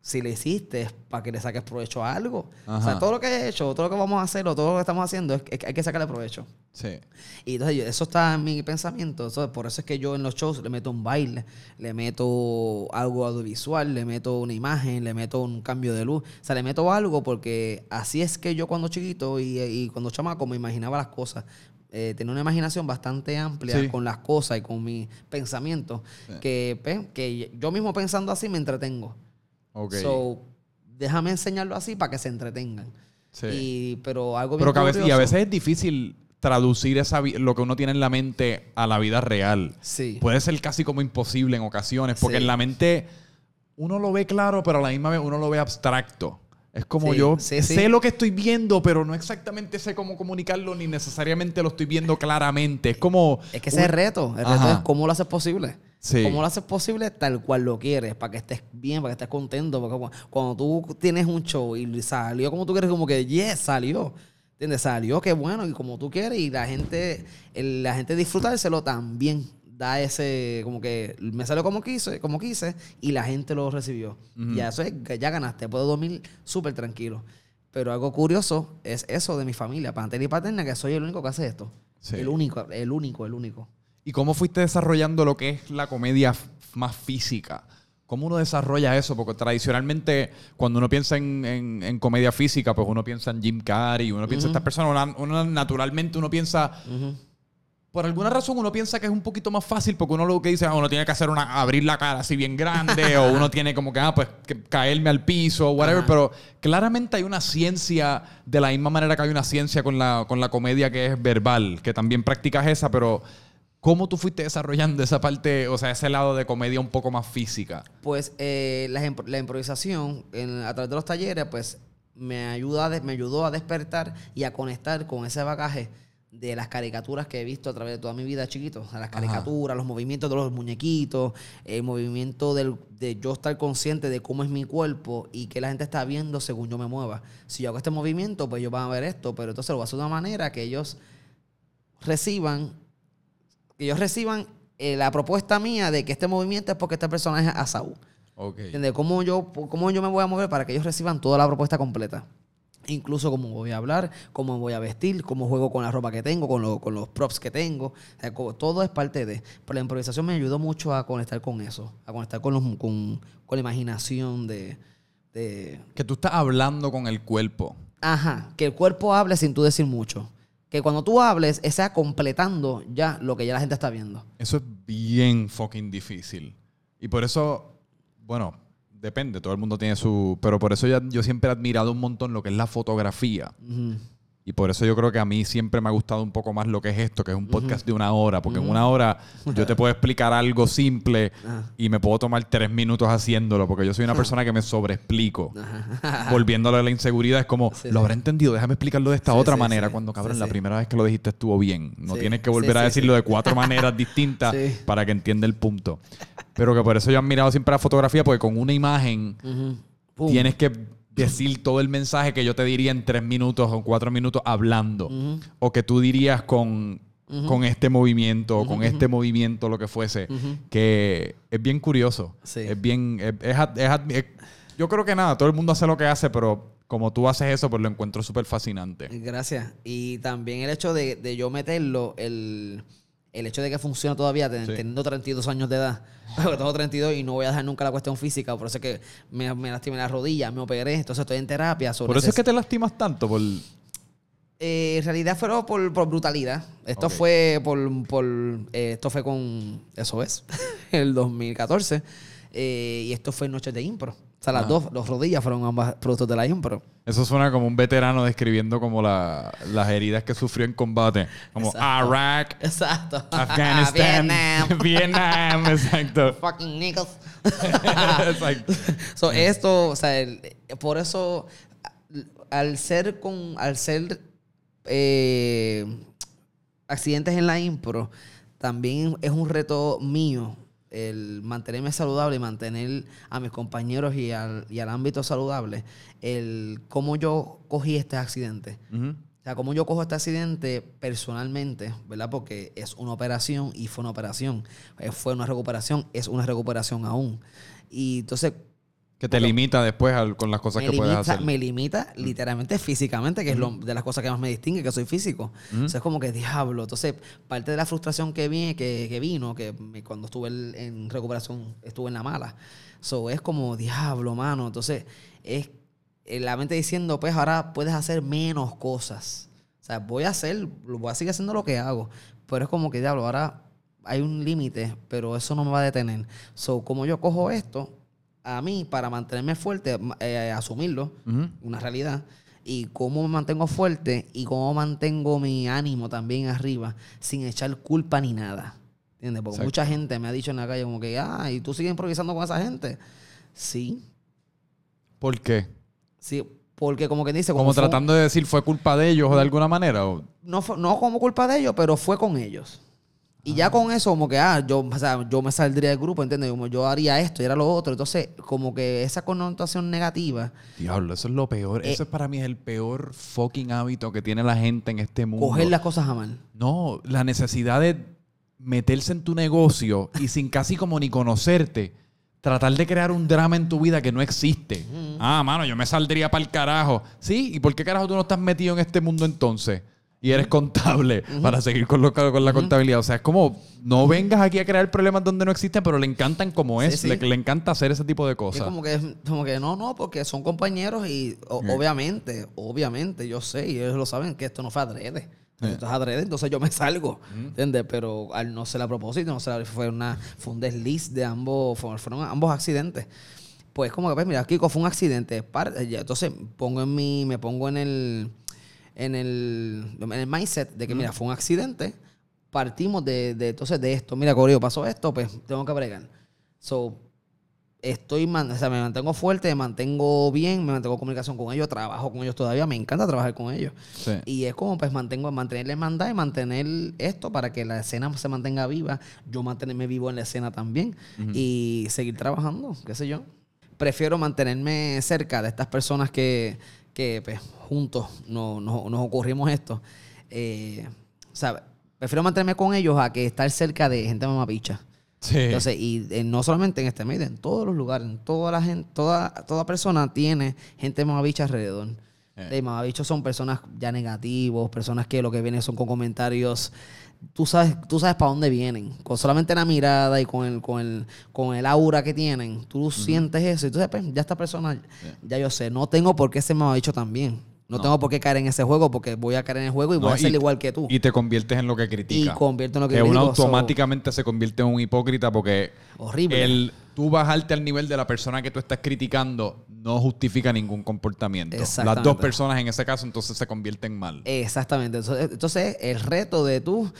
Speaker 2: si le hiciste es para que le saques provecho a algo.
Speaker 1: Ajá.
Speaker 2: O sea, todo lo que he hecho, todo lo que vamos a hacer o todo lo que estamos haciendo, es que hay que sacarle provecho.
Speaker 1: Sí.
Speaker 2: Y entonces yo- eso está en mi pensamiento. Entonces, por eso es que yo en los shows le meto un baile, le meto algo audiovisual, le meto una imagen, le meto un cambio de luz. O sea, le meto algo porque así es que yo cuando chiquito y, y cuando chamaco me imaginaba las cosas. Eh, tenía una imaginación bastante amplia
Speaker 1: Sí.
Speaker 2: con las cosas y con mis pensamientos.
Speaker 1: Sí.
Speaker 2: Que, pues, que yo mismo pensando así me entretengo.
Speaker 1: Ok.
Speaker 2: So, déjame enseñarlo así para que se entretengan.
Speaker 1: Sí.
Speaker 2: Y, pero algo bien
Speaker 1: Pero que a veces, y a
Speaker 2: curioso-
Speaker 1: veces es difícil traducir esa vi- lo que uno tiene en la mente a la vida real.
Speaker 2: Sí.
Speaker 1: Puede ser casi como imposible en ocasiones, porque
Speaker 2: Sí.
Speaker 1: en la mente uno lo ve claro, pero a la misma vez uno lo ve abstracto. Es como
Speaker 2: Sí,
Speaker 1: yo
Speaker 2: sí,
Speaker 1: sé
Speaker 2: sí.
Speaker 1: lo que estoy viendo, pero no exactamente sé cómo comunicarlo, ni necesariamente lo estoy viendo claramente. Es como...
Speaker 2: Es que ese
Speaker 1: un-
Speaker 2: es el reto. El reto
Speaker 1: Ajá.
Speaker 2: es cómo lo haces posible.
Speaker 1: Sí.
Speaker 2: Cómo lo haces posible tal cual lo quieres, para que estés bien, para que estés contento. Porque cu- cuando tú tienes un show y salió como tú quieres, como que, yes, salió. ¿Entiendes? Salió, qué bueno, y como tú quieres, y la gente, el- la gente disfrutárselo también da ese, como que me salió como quise, como quise, y la gente lo recibió.
Speaker 1: Ujú.
Speaker 2: Ya eso es, ya ganaste, puedo dormir súper tranquilo. Pero algo curioso es eso de mi familia, paterna y paterna, que soy el único que hace esto.
Speaker 1: Sí.
Speaker 2: El único, el único, el único.
Speaker 1: ¿Y cómo fuiste desarrollando lo que es la comedia f- más física? ¿Cómo uno desarrolla eso? Porque tradicionalmente, cuando uno piensa en, en- en comedia física, pues uno piensa en Jim Carrey, uno piensa en estas personas, uno, uno naturalmente uno piensa...
Speaker 2: Ujú.
Speaker 1: Por alguna razón uno piensa que es un poquito más fácil porque uno lo que dice, ah, uno tiene que hacer una, abrir la cara así bien grande o uno tiene como que, ah, pues que caerme al piso o whatever.
Speaker 2: Ajá.
Speaker 1: Pero claramente hay una ciencia, de la misma manera que hay una ciencia con la, con la comedia que es verbal, que también practicas esa, pero ¿cómo tú fuiste desarrollando esa parte, o sea, ese lado de comedia un poco más física?
Speaker 2: Pues eh, la, impro- la improvisación en- a través de los talleres, pues me, ayuda a de- me ayudó a despertar y a conectar con ese bagaje de las caricaturas que he visto a través de toda mi vida chiquito. O sea, las caricaturas, los movimientos de los muñequitos, el movimiento del, de yo estar consciente de cómo es mi cuerpo y que la gente está viendo según yo me mueva. Si yo hago este movimiento, pues ellos van a ver esto, pero entonces lo voy a hacer de una manera que ellos reciban, que ellos reciban eh, la propuesta mía de que este movimiento es porque este personaje es Asaú.
Speaker 1: Ok.
Speaker 2: ¿Entiendes? ¿Cómo yo, ¿Cómo yo me voy a mover para que ellos reciban toda la propuesta completa? Incluso cómo voy a hablar, cómo me voy a vestir, cómo juego con la ropa que tengo, con, lo- con los props que tengo. O sea, co- todo es parte de. Pero la improvisación me ayudó mucho a conectar con eso, a conectar con, los, con, con la imaginación de, de...
Speaker 1: Que tú estás hablando con el cuerpo.
Speaker 2: Ajá, que el cuerpo hable sin tú decir mucho. Que cuando tú hables, sea completando ya lo que ya la gente está viendo.
Speaker 1: Eso es bien fucking difícil. Y por eso, bueno, depende, todo el mundo tiene su... Pero por eso ya, yo siempre he admirado un montón lo que es la fotografía.
Speaker 2: Ujú.
Speaker 1: Y por eso yo creo que a mí siempre me ha gustado un poco más lo que es esto, que es un podcast de una hora. Porque en una hora yo te puedo explicar algo simple
Speaker 2: Ajá.
Speaker 1: y me puedo tomar tres minutos haciéndolo. Porque yo soy una persona que me sobreexplico. Volviéndole a la inseguridad, es como,
Speaker 2: Sí,
Speaker 1: lo
Speaker 2: sí.
Speaker 1: habré entendido, déjame explicarlo de esta
Speaker 2: Sí,
Speaker 1: otra
Speaker 2: sí,
Speaker 1: manera.
Speaker 2: sí.
Speaker 1: Cuando, cabrón,
Speaker 2: Sí,
Speaker 1: la
Speaker 2: sí.
Speaker 1: primera vez que lo dijiste estuvo bien. No
Speaker 2: Sí.
Speaker 1: tienes que
Speaker 2: Sí,
Speaker 1: volver a
Speaker 2: sí,
Speaker 1: decirlo
Speaker 2: sí.
Speaker 1: de cuatro maneras distintas
Speaker 2: Sí.
Speaker 1: para que entienda el punto. Pero que por eso yo he admirado siempre la fotografía, porque con una imagen
Speaker 2: Ujú. Pum.
Speaker 1: tienes que decir todo el mensaje que yo te diría en tres minutos o cuatro minutos hablando.
Speaker 2: Ujú.
Speaker 1: O que tú dirías con, con este movimiento o con este movimiento, lo que fuese.
Speaker 2: Ujú.
Speaker 1: Que es bien curioso.
Speaker 2: Sí.
Speaker 1: Es bien... Es, es ad- es ad- es- yo creo que nada, todo el mundo hace lo que hace, pero como tú haces eso, pues lo encuentro súper fascinante.
Speaker 2: Gracias. Y también el hecho de, de yo meterlo, el, el hecho de que funcione todavía, ten-
Speaker 1: Sí.
Speaker 2: teniendo treinta y dos años de edad. Porque tengo treinta y dos y no voy a dejar nunca la cuestión física. Por eso es que me, me lastimé la rodilla, me operé, entonces estoy en terapia. so
Speaker 1: Por eso es
Speaker 2: neces-
Speaker 1: que te lastimas tanto. Por...
Speaker 2: Eh, en realidad fue por, por brutalidad. Esto
Speaker 1: Ok.
Speaker 2: fue por, por eh, esto fue con eso es el dos mil catorce eh, y esto fue Noches de Impro. O sea, las
Speaker 1: Ah.
Speaker 2: dos, dos rodillas fueron ambas productos de la Impro.
Speaker 1: Eso suena como un veterano describiendo como la- las heridas que sufrió en combate. Como
Speaker 2: Exacto.
Speaker 1: Iraq,
Speaker 2: Exacto.
Speaker 1: Afganistán,
Speaker 2: Vietnam.
Speaker 1: Vietnam, exacto.
Speaker 2: Fucking niggas.
Speaker 1: Exacto.
Speaker 2: So, esto, o sea, el- por eso, al ser con, al ser eh, accidentes en la impro, también es un reto mío el mantenerme saludable y mantener a mis compañeros y al, y al ámbito saludable, el cómo yo cogí este accidente.
Speaker 1: Ujú.
Speaker 2: O sea, cómo yo cojo este accidente personalmente, ¿verdad? Porque es una operación y fue una operación. Eh, Fue una recuperación, es una recuperación aún. Y entonces,
Speaker 1: Que te limita después al, con las cosas
Speaker 2: me
Speaker 1: que
Speaker 2: limita,
Speaker 1: puedes hacer.
Speaker 2: Me limita literalmente físicamente, que es lo, de las cosas que más me distingue, que soy físico. Uh-huh. Entonces es como que diablo. Entonces, parte de la frustración que, vi, que, que vino, que me, cuando estuve en recuperación, estuve en la mala. So, es como diablo, mano. Entonces, es la mente diciendo, pues ahora puedes hacer menos cosas. O sea, voy a hacer, voy a seguir haciendo lo que hago. Pero es como que diablo, ahora hay un límite, pero eso no me va a detener. So, como yo cojo esto, a mí, para mantenerme fuerte, eh, asumirlo, uh-huh. una realidad, y cómo me mantengo fuerte y cómo mantengo mi ánimo también arriba, sin echar culpa ni nada. ¿Entiendes? Porque Exacto. mucha gente me ha dicho en la calle como que, ah, ¿y tú sigues improvisando con esa gente? Sí.
Speaker 1: ¿Por qué?
Speaker 2: Sí, porque como que dice...
Speaker 1: Como, como tratando fue, de decir, ¿fue culpa de ellos o de alguna manera? ¿O?
Speaker 2: No, fue, no como culpa de ellos, pero fue con ellos. Y ya con eso, como que, ah, yo, o sea, yo me saldría del grupo, ¿entiendes? Como yo haría esto y era lo otro. Entonces, como que esa connotación negativa...
Speaker 1: Diablo, eso es lo peor. Eh, eso es para mí es el peor fucking hábito que tiene la gente en este mundo.
Speaker 2: Coger las cosas a mal.
Speaker 1: No, la necesidad de meterse en tu negocio y sin casi como ni conocerte, tratar de crear un drama en tu vida que no existe. Uh-huh. Ah, mano, yo me saldría para el carajo. Sí, ¿y por qué carajo tú no estás metido en este mundo entonces? Y eres contable uh-huh. para seguir con, lo, con la uh-huh. contabilidad. O sea, es como, no vengas aquí a crear problemas donde no existen, pero le encantan como es. Sí, sí. Le, le encanta hacer ese tipo de cosas.
Speaker 2: Es como que, como que no, no, porque son compañeros y o, sí. obviamente, obviamente, yo sé y ellos lo saben que esto no fue adrede. Sí. Esto es adrede, entonces yo me salgo. Uh-huh. ¿Entiendes? Pero al no ser a propósito, no ser, fue, una, fue un desliz de ambos, fueron ambos accidentes. Pues como que, pues mira, Kiko, fue un accidente. Entonces pongo en mi, me pongo en el... En el, en el mindset de que, mira, fue un accidente, partimos de, de entonces de esto. Mira, Corillo, pasó esto, pues tengo que bregar. So, estoy, man, o sea, me mantengo fuerte, me mantengo bien, me mantengo en comunicación con ellos, trabajo con ellos todavía, me encanta trabajar con ellos. Sí. Y es como, pues, mantengo, mantener la hermandad y mantener esto para que la escena se mantenga viva, yo mantenerme vivo en la escena también uh-huh. y seguir trabajando, qué sé yo. Prefiero mantenerme cerca de estas personas que... que pues, juntos no, no, nos ocurrimos esto. Eh, o sea, prefiero mantenerme con ellos a que estar cerca de gente mamapicha. Sí. Entonces, y eh, no solamente en este medio, en todos los lugares, en toda la gente, toda, toda persona tiene gente mamapicha alrededor. Eh. Y mamabichos son personas ya negativos, personas que lo que vienen son con comentarios. Tú sabes, tú sabes para dónde vienen. Con solamente la mirada y con el, con el, con el aura que tienen, tú uh-huh. sientes eso. Y entonces, pues, ya esta persona, yeah. ya yo sé, no tengo por qué ser mamabicho también. No, no tengo por qué caer en ese juego porque voy a caer en el juego y no, voy a ser igual que tú.
Speaker 1: Y te conviertes en lo que critica.
Speaker 2: Y convierto en lo que,
Speaker 1: que
Speaker 2: critico.
Speaker 1: uno automáticamente so, se convierte en un hipócrita porque
Speaker 2: horrible.
Speaker 1: El tú bajarte al nivel de la persona que tú estás criticando no justifica ningún comportamiento. Las dos personas en ese caso entonces se convierten mal.
Speaker 2: Exactamente. Entonces, entonces el reto de tú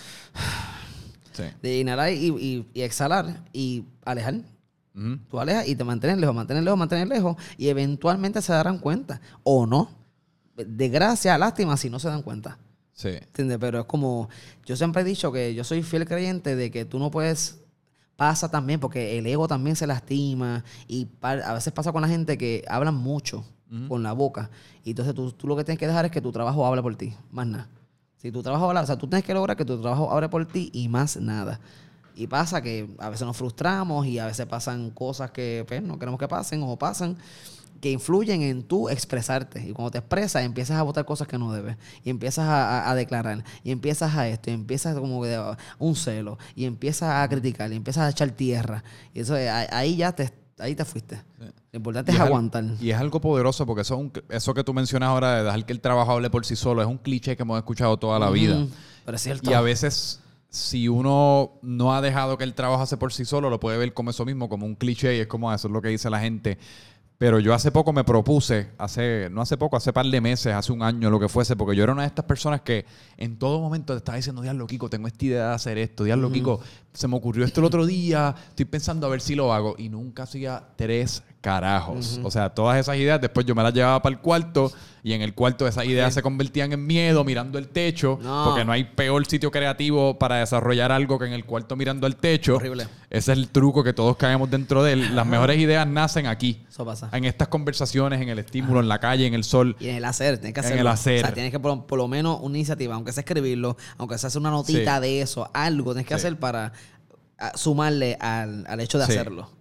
Speaker 2: sí. de inhalar y, y, y exhalar y alejar. Uh-huh. Tú alejas y te mantienes lejos, mantienes lejos, mantienes lejos y eventualmente se darán cuenta o no. Desgracia, lástima si no se dan cuenta.
Speaker 1: Sí.
Speaker 2: ¿Entiendes? Pero es como... Yo siempre he dicho que yo soy fiel creyente de que tú no puedes... Pasa también porque el ego también se lastima y a veces pasa con la gente que hablan mucho uh-huh. con la boca y entonces tú, tú lo que tienes que dejar es que tu trabajo hable por ti, más nada. Si tu trabajo habla... O sea, tú tienes que lograr que tu trabajo hable por ti y más nada. Y pasa que a veces nos frustramos y a veces pasan cosas que pues, no queremos que pasen o pasan... que influyen en tú expresarte. Y cuando te expresas, empiezas a botar cosas que no debes. Y empiezas a, a, a declarar. Y empiezas a esto. Y empiezas como de, uh, un celo. Y empiezas a criticar. Y empiezas a echar tierra. Y eso ahí ya te, ahí te fuiste. Sí. Lo importante y es, es aguantar.
Speaker 1: Algo, y es algo poderoso porque eso, es un, eso que tú mencionas ahora de dejar que el trabajo hable por sí solo es un cliché que hemos escuchado toda la vida. Mm,
Speaker 2: pero es cierto.
Speaker 1: Y a veces... Si uno no ha dejado que el trabajo hace por sí solo, lo puede ver como eso mismo, como un cliché. Y es como eso es lo que dice la gente. Pero yo hace poco me propuse, hace no hace poco, hace par de meses, hace un año, lo que fuese, porque yo era una de estas personas que en todo momento te estaba diciendo, diablo, Kiko, tengo esta idea de hacer esto, diablo, uh-huh. Kiko, se me ocurrió esto el otro día, estoy pensando a ver si lo hago. Y nunca hacía tres carajos. Uh-huh. O sea, todas esas ideas, después yo me las llevaba para el cuarto y en el cuarto esas ideas se convertían en miedo, mirando el techo, no. porque no hay peor sitio creativo para desarrollar algo que en el cuarto mirando al techo.
Speaker 2: Horrible.
Speaker 1: Ese es el truco que todos caemos dentro de él. Las mejores ideas nacen aquí.
Speaker 2: Eso pasa.
Speaker 1: En estas conversaciones, en el estímulo, Ajá. en la calle, en el sol.
Speaker 2: Y en el hacer, tienes que hacerlo.
Speaker 1: En el hacer.
Speaker 2: O sea, tienes que por, por lo menos una iniciativa, aunque sea escribirlo, aunque sea hacer una notita sí. de eso, algo tienes que sí. hacer para sumarle al, al hecho de sí. hacerlo.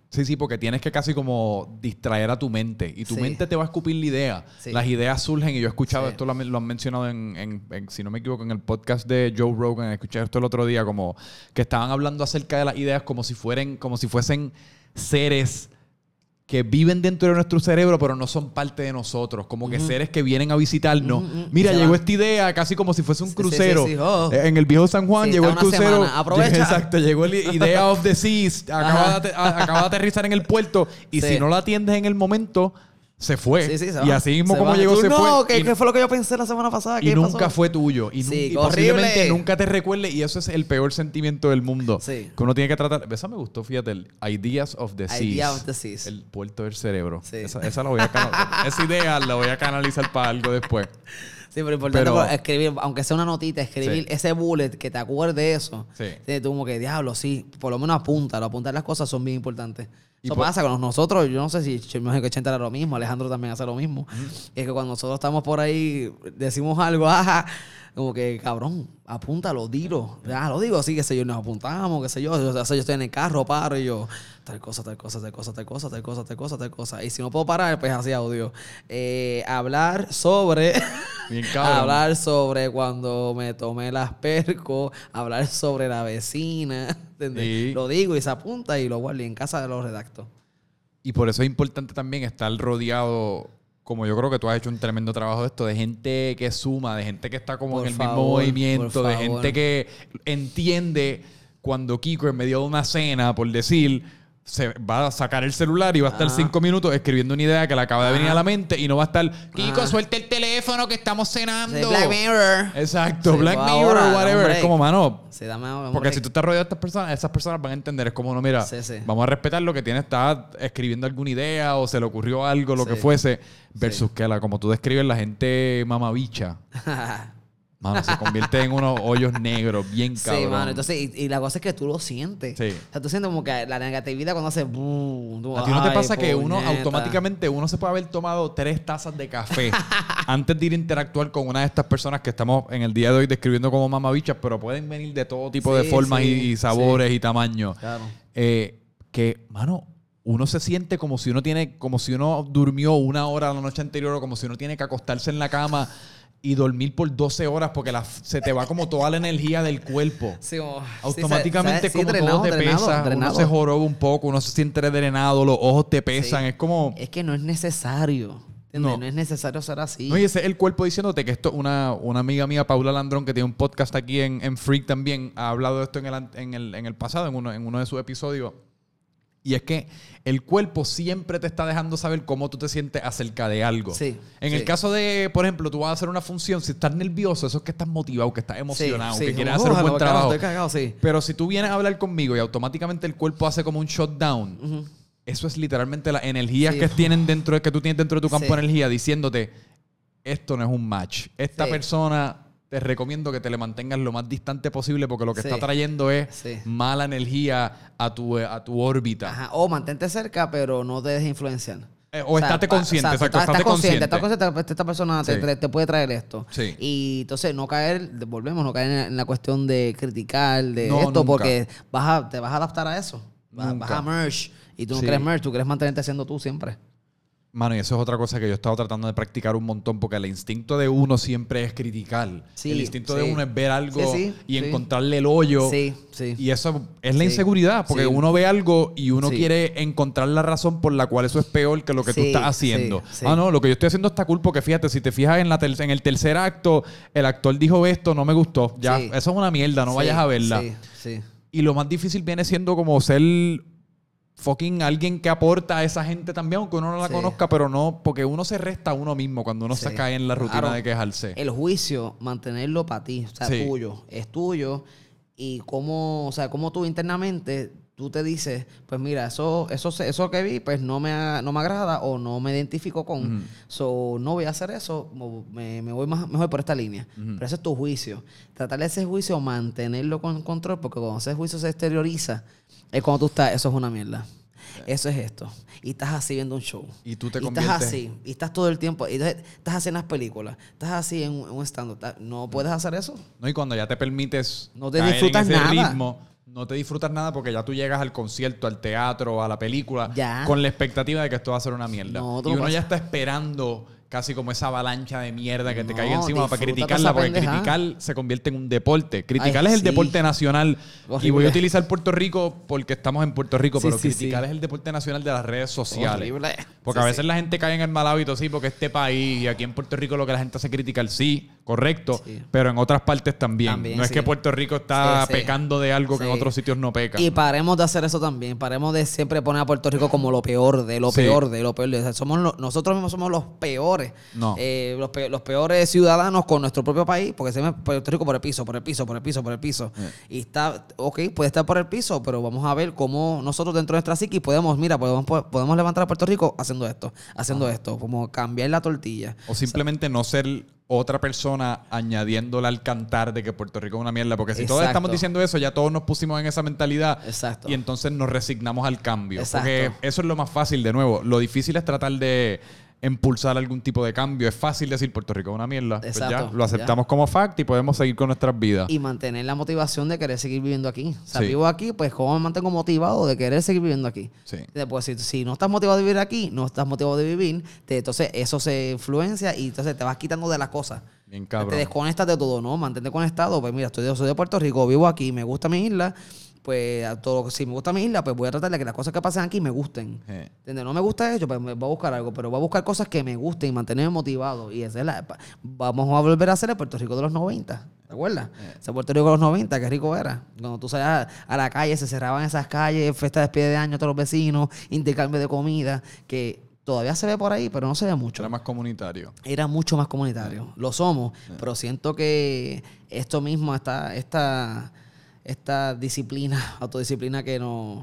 Speaker 1: Sí, sí, porque tienes que casi como distraer a tu mente. Y tu
Speaker 2: Sí.
Speaker 1: mente te va a escupir la idea.
Speaker 2: Sí.
Speaker 1: Las ideas surgen y yo he escuchado,
Speaker 2: Sí.
Speaker 1: esto lo, han- lo han mencionado en, en- en, si no me equivoco, en el podcast de Joe Rogan. Escuché esto el otro día, como que estaban hablando acerca de las ideas como si fueran, como si fuesen seres que viven dentro de nuestro cerebro, pero no son parte de nosotros. Como que seres que vienen a visitarnos.
Speaker 2: Ujú, ujú.
Speaker 1: Mira,
Speaker 2: Se
Speaker 1: llegó
Speaker 2: van.
Speaker 1: esta idea casi como si fuese un
Speaker 2: Sí, sí,
Speaker 1: crucero.
Speaker 2: sí, sí. Oh.
Speaker 1: Eh, En el viejo San Juan
Speaker 2: Sí,
Speaker 1: llegó el
Speaker 2: está una
Speaker 1: crucero.
Speaker 2: semana. Aprovecha.
Speaker 1: Exacto, llegó el Idea of the Seas. Acaba de, ate- a- acaba de aterrizar en el puerto. Y
Speaker 2: Sí.
Speaker 1: si no la atiendes en el momento, se fue.
Speaker 2: Sí, sí, se
Speaker 1: y
Speaker 2: va.
Speaker 1: así mismo
Speaker 2: Se
Speaker 1: como
Speaker 2: va.
Speaker 1: llegó,
Speaker 2: Tú,
Speaker 1: se
Speaker 2: no,
Speaker 1: fue.
Speaker 2: ¿qué,
Speaker 1: Y-
Speaker 2: qué fue lo que yo pensé la semana pasada?
Speaker 1: y
Speaker 2: ¿Qué
Speaker 1: nunca
Speaker 2: pasó?
Speaker 1: fue tuyo. Y, nun-
Speaker 2: Sí,
Speaker 1: y posiblemente
Speaker 2: horrible.
Speaker 1: nunca te recuerde. Y eso es el peor sentimiento del mundo.
Speaker 2: Sí.
Speaker 1: Que uno tiene que tratar. Esa me gustó, fíjate. El Ideas of the Seas.
Speaker 2: Idea of the Seas.
Speaker 1: El puerto del cerebro.
Speaker 2: Sí.
Speaker 1: Esa, esa la voy a canalizar. Esa idea la voy a canalizar para algo después.
Speaker 2: Sí, pero importante
Speaker 1: Pero-
Speaker 2: por- escribir, aunque sea una notita, escribir
Speaker 1: Sí.
Speaker 2: ese bullet que te acuerde de eso.
Speaker 1: Sí.
Speaker 2: Sí, tú como que, diablo, sí, por lo menos apúntalo. Apuntar las cosas son bien importantes.
Speaker 1: Y
Speaker 2: Eso
Speaker 1: por-
Speaker 2: pasa con nosotros. Yo no sé si yo me imagino que Chente era lo mismo. Alejandro también hace lo mismo. Es que cuando nosotros estamos por ahí, decimos algo, ajá, como que, cabrón, apúntalo, dilo. Ya, lo digo así, que sé yo, nos apuntamos, qué sé yo. O sea, yo estoy en el carro, paro y yo, tal cosa, tal cosa, tal cosa, tal cosa, tal cosa, tal cosa, tal cosa. Y si no puedo parar, pues así audio. Eh, hablar sobre...
Speaker 1: Bien cabrón.
Speaker 2: Hablar sobre cuando me tomé las percos, hablar sobre la vecina, ¿entendés?
Speaker 1: Sí.
Speaker 2: Lo digo y se apunta y lo guardo y en casa lo redacto.
Speaker 1: Y por eso es importante también estar rodeado, como yo creo que tú has hecho un tremendo trabajo de esto, de gente que suma, de gente que está como
Speaker 2: Por
Speaker 1: en el mismo
Speaker 2: favor,
Speaker 1: movimiento,
Speaker 2: por
Speaker 1: de
Speaker 2: favor.
Speaker 1: gente que entiende cuando Kiko en medio de una cena, por decir, se va a sacar el celular y va a estar
Speaker 2: Ajá.
Speaker 1: cinco minutos escribiendo una idea que le acaba de venir
Speaker 2: Ajá.
Speaker 1: a la mente y no va a estar, Kiko,
Speaker 2: Ajá.
Speaker 1: suelta el teléfono que estamos cenando.
Speaker 2: Sí, Black Mirror.
Speaker 1: Exacto,
Speaker 2: Sí,
Speaker 1: Black
Speaker 2: pues
Speaker 1: Mirror
Speaker 2: ahora,
Speaker 1: o whatever.
Speaker 2: hombre.
Speaker 1: Es como, mano,
Speaker 2: Sí, dame, dame
Speaker 1: porque
Speaker 2: break.
Speaker 1: si tú estás rodeado de estas personas, esas personas van a entender. Es como, no, mira,
Speaker 2: Sí, sí.
Speaker 1: vamos a respetar lo que tiene, está escribiendo alguna idea o se le ocurrió algo, lo
Speaker 2: Sí.
Speaker 1: que fuese, versus que la, como tú describes, la gente mamabicha, mano, se convierte en unos hoyos negros bien cabrón.
Speaker 2: Sí, mano. Entonces, y, y la cosa es que tú lo sientes.
Speaker 1: Sí.
Speaker 2: O sea, tú sientes como que la negatividad cuando hace boom. tú,
Speaker 1: ¿A ti no te
Speaker 2: ay,
Speaker 1: pasa que uno
Speaker 2: puñeta.
Speaker 1: automáticamente uno se puede haber tomado tres tazas de café antes de ir a interactuar con una de estas personas que estamos en el día de hoy describiendo como mamabichas, pero pueden venir de todo tipo de
Speaker 2: Sí,
Speaker 1: formas
Speaker 2: sí,
Speaker 1: y, y sabores
Speaker 2: sí.
Speaker 1: y tamaños?
Speaker 2: Claro.
Speaker 1: Eh, que, mano, uno se siente como si uno tiene, como si uno durmió una hora la noche anterior o como si uno tiene que acostarse en la cama y dormir por doce horas porque la, se te va como toda la energía del cuerpo.
Speaker 2: Sí, como-
Speaker 1: Automáticamente
Speaker 2: sí, se-
Speaker 1: como
Speaker 2: sí, drenado,
Speaker 1: todo te
Speaker 2: drenado,
Speaker 1: pesa,
Speaker 2: drenado.
Speaker 1: uno se joroba un poco, uno se siente drenado, los ojos te pesan,
Speaker 2: Sí.
Speaker 1: es como...
Speaker 2: Es que no es necesario. ¿Entiendes?
Speaker 1: No.
Speaker 2: No. es necesario ser así.
Speaker 1: No, y ese es el cuerpo diciéndote que esto, una, una amiga mía, Paula Landrón, que tiene un podcast aquí en, en Freak también, ha hablado de esto en el, an- en el, en el pasado, en uno, en uno de sus episodios. Y es que el cuerpo siempre te está dejando saber cómo tú te sientes acerca de algo.
Speaker 2: Sí,
Speaker 1: En
Speaker 2: sí.
Speaker 1: el caso de, por ejemplo, tú vas a hacer una función, si estás nervioso, eso es que estás motivado, que estás emocionado,
Speaker 2: Sí, sí,
Speaker 1: que quieres
Speaker 2: como,
Speaker 1: hacer un
Speaker 2: "Oh,
Speaker 1: buen
Speaker 2: lo cagado,
Speaker 1: trabajo.
Speaker 2: estoy cagado", sí.
Speaker 1: Pero si tú vienes a hablar conmigo y automáticamente el cuerpo hace como un shutdown,
Speaker 2: Ujú.
Speaker 1: eso es literalmente las energías
Speaker 2: Sí.
Speaker 1: que tienen dentro de, que tú tienes dentro de tu campo
Speaker 2: Sí.
Speaker 1: de energía diciéndote, esto no es un match. Esta
Speaker 2: Sí.
Speaker 1: persona te recomiendo que te le mantengas lo más distante posible porque lo que
Speaker 2: Sí.
Speaker 1: está trayendo es
Speaker 2: Sí.
Speaker 1: mala energía a tu, a tu órbita.
Speaker 2: Ajá. O mantente cerca, pero no te dejes influenciar.
Speaker 1: Eh, o estate
Speaker 2: pa-
Speaker 1: consciente, exacto,
Speaker 2: estás,
Speaker 1: estate
Speaker 2: estás consciente.
Speaker 1: consciente.
Speaker 2: Estás consciente que esta persona te,
Speaker 1: Sí.
Speaker 2: tra- te puede traer esto.
Speaker 1: Sí.
Speaker 2: Y entonces no caer, volvemos, no caer en, en la cuestión de criticar, de
Speaker 1: No,
Speaker 2: esto,
Speaker 1: nunca.
Speaker 2: porque vas a, te vas a adaptar a eso. Vas,
Speaker 1: Nunca.
Speaker 2: vas a merge. Y tú no
Speaker 1: Sí.
Speaker 2: quieres merge, tú quieres mantenerte siendo tú siempre.
Speaker 1: Mano, y eso es otra cosa que yo he estado tratando de practicar un montón porque el instinto de uno siempre es criticar.
Speaker 2: Sí,
Speaker 1: el instinto
Speaker 2: sí.
Speaker 1: de uno es ver algo
Speaker 2: Sí, sí,
Speaker 1: y
Speaker 2: sí.
Speaker 1: encontrarle el hoyo.
Speaker 2: Sí, sí.
Speaker 1: Y eso es la
Speaker 2: Sí.
Speaker 1: inseguridad, porque
Speaker 2: Sí.
Speaker 1: uno ve algo y uno
Speaker 2: Sí.
Speaker 1: quiere encontrar la razón por la cual eso es peor que lo que tú
Speaker 2: Sí,
Speaker 1: estás haciendo.
Speaker 2: sí, sí.
Speaker 1: Ah, no, lo que yo estoy haciendo está cool porque fíjate, si te fijas en, la ter- en el tercer acto, el actor dijo esto, no me gustó. Ya,
Speaker 2: Sí.
Speaker 1: eso es una mierda, no
Speaker 2: Sí,
Speaker 1: vayas a verla.
Speaker 2: Sí, sí.
Speaker 1: Y lo más difícil viene siendo como ser fucking alguien que aporta a esa gente también, aunque uno no la
Speaker 2: Sí.
Speaker 1: conozca, pero no, porque uno se resta a uno mismo cuando uno se
Speaker 2: Sí.
Speaker 1: cae en la rutina
Speaker 2: Claro.
Speaker 1: de quejarse.
Speaker 2: El juicio, mantenerlo para ti, o sea,
Speaker 1: Sí.
Speaker 2: tuyo, es tuyo. Y cómo, o sea, cómo tú internamente, tú te dices, pues mira, eso, eso, se- eso que vi, pues no me, a- no me agrada o no me identifico con.
Speaker 1: Ujú.
Speaker 2: So, no voy a hacer eso, mo- me, me voy más, mejor por esta línea.
Speaker 1: Ujú.
Speaker 2: Pero ese es tu juicio. Tratar de ese juicio, mantenerlo con control, porque cuando ese juicio se exterioriza, es cuando tú estás, eso es una mierda. Eso es esto. Y estás así viendo un show.
Speaker 1: Y tú te
Speaker 2: y
Speaker 1: conviertes-
Speaker 2: estás así. Y estás todo el tiempo. Y entonces estás así en las películas. Estás así en un, un stand-up. Ta- No puedes hacer eso.
Speaker 1: ¿No? Y cuando ya te permites
Speaker 2: No te
Speaker 1: caer
Speaker 2: disfrutas
Speaker 1: en ese
Speaker 2: nada.
Speaker 1: ritmo, no te disfrutas nada porque ya tú llegas al concierto, al teatro, a la película,
Speaker 2: ya.
Speaker 1: con la expectativa de que esto va a ser una mierda.
Speaker 2: No,
Speaker 1: y uno
Speaker 2: pasa.
Speaker 1: ya está esperando casi como esa avalancha de mierda que te
Speaker 2: No,
Speaker 1: caiga encima para criticarla,
Speaker 2: esa
Speaker 1: porque
Speaker 2: pendeja.
Speaker 1: criticar se convierte en un deporte. Criticar
Speaker 2: Ay,
Speaker 1: es el
Speaker 2: sí.
Speaker 1: deporte nacional.
Speaker 2: Horrible.
Speaker 1: Y voy a utilizar Puerto Rico porque estamos en Puerto Rico,
Speaker 2: Sí,
Speaker 1: pero
Speaker 2: sí,
Speaker 1: criticar
Speaker 2: sí.
Speaker 1: es el deporte nacional de las redes sociales.
Speaker 2: Horrible.
Speaker 1: Porque
Speaker 2: Sí,
Speaker 1: a veces
Speaker 2: sí.
Speaker 1: la gente cae en el mal hábito, sí, porque este país y aquí en Puerto Rico lo que la gente hace criticar, sí, correcto,
Speaker 2: Sí.
Speaker 1: pero en otras partes también.
Speaker 2: También,
Speaker 1: no es
Speaker 2: sí.
Speaker 1: que Puerto Rico está
Speaker 2: Sí, sí.
Speaker 1: pecando de algo que
Speaker 2: Sí.
Speaker 1: en otros sitios no peca.
Speaker 2: Y paremos de hacer eso también. Paremos de siempre poner a Puerto Rico como lo peor, de lo
Speaker 1: Sí.
Speaker 2: peor, de lo peor. O sea, somos lo- nosotros mismos somos los peores.
Speaker 1: No.
Speaker 2: Eh, los, pe- los peores ciudadanos con nuestro propio país, porque se ve Puerto Rico por el piso, por el piso, por el piso, por el piso. Y está, ok, puede estar por el piso, pero vamos a ver cómo nosotros dentro de nuestra psiqui podemos, mira, podemos, podemos levantar a Puerto Rico haciendo esto, haciendo
Speaker 1: Ajá.
Speaker 2: esto, como cambiar la tortilla.
Speaker 1: O simplemente no ser otra persona añadiéndole al cantar de que Puerto Rico es una mierda. Porque si todos
Speaker 2: Exacto.
Speaker 1: estamos diciendo eso, ya todos nos pusimos en esa mentalidad.
Speaker 2: Exacto.
Speaker 1: Y entonces nos resignamos al cambio.
Speaker 2: Exacto.
Speaker 1: Porque eso es lo más fácil, de nuevo. Lo difícil es tratar de impulsar algún tipo de cambio. Es fácil decir Puerto Rico es una mierda. Pues
Speaker 2: Exacto,
Speaker 1: ya, lo aceptamos
Speaker 2: ya.
Speaker 1: como fact y podemos seguir con nuestras vidas.
Speaker 2: Y mantener la motivación de querer seguir viviendo aquí. O sea,
Speaker 1: Sí.
Speaker 2: vivo aquí, pues ¿cómo me mantengo motivado de querer seguir viviendo aquí?
Speaker 1: Sí.
Speaker 2: Pues si, si no estás motivado de vivir aquí, no estás motivado de vivir, te- entonces eso se influencia y entonces te vas quitando de las cosas.
Speaker 1: Bien
Speaker 2: Te
Speaker 1: cabrón.
Speaker 2: desconectas de todo, ¿no? Mantente conectado. Pues mira, estoy, yo soy de Puerto Rico, vivo aquí, me gusta mi isla. Pues a todo, si me gusta mi isla, pues voy a tratar de que las cosas que pasen aquí me gusten.
Speaker 1: Sí.
Speaker 2: ¿Entiendes? No me gusta eso, pues me voy a buscar algo, pero voy a buscar cosas que me gusten y mantenerme motivado. Y esa es la, vamos a volver a hacer el Puerto Rico de los noventa. ¿Te acuerdas? Ese Puerto Rico de los noventa, qué rico era. Cuando tú salías a, a la calle, se cerraban esas calles, fiesta de despedida de año a todos los vecinos, intercambio de comida, que todavía se ve por ahí, pero no se ve mucho.
Speaker 1: Era más comunitario.
Speaker 2: Era mucho más comunitario. Lo somos, pero siento que esto mismo, esta, esta, esta disciplina, autodisciplina que nos,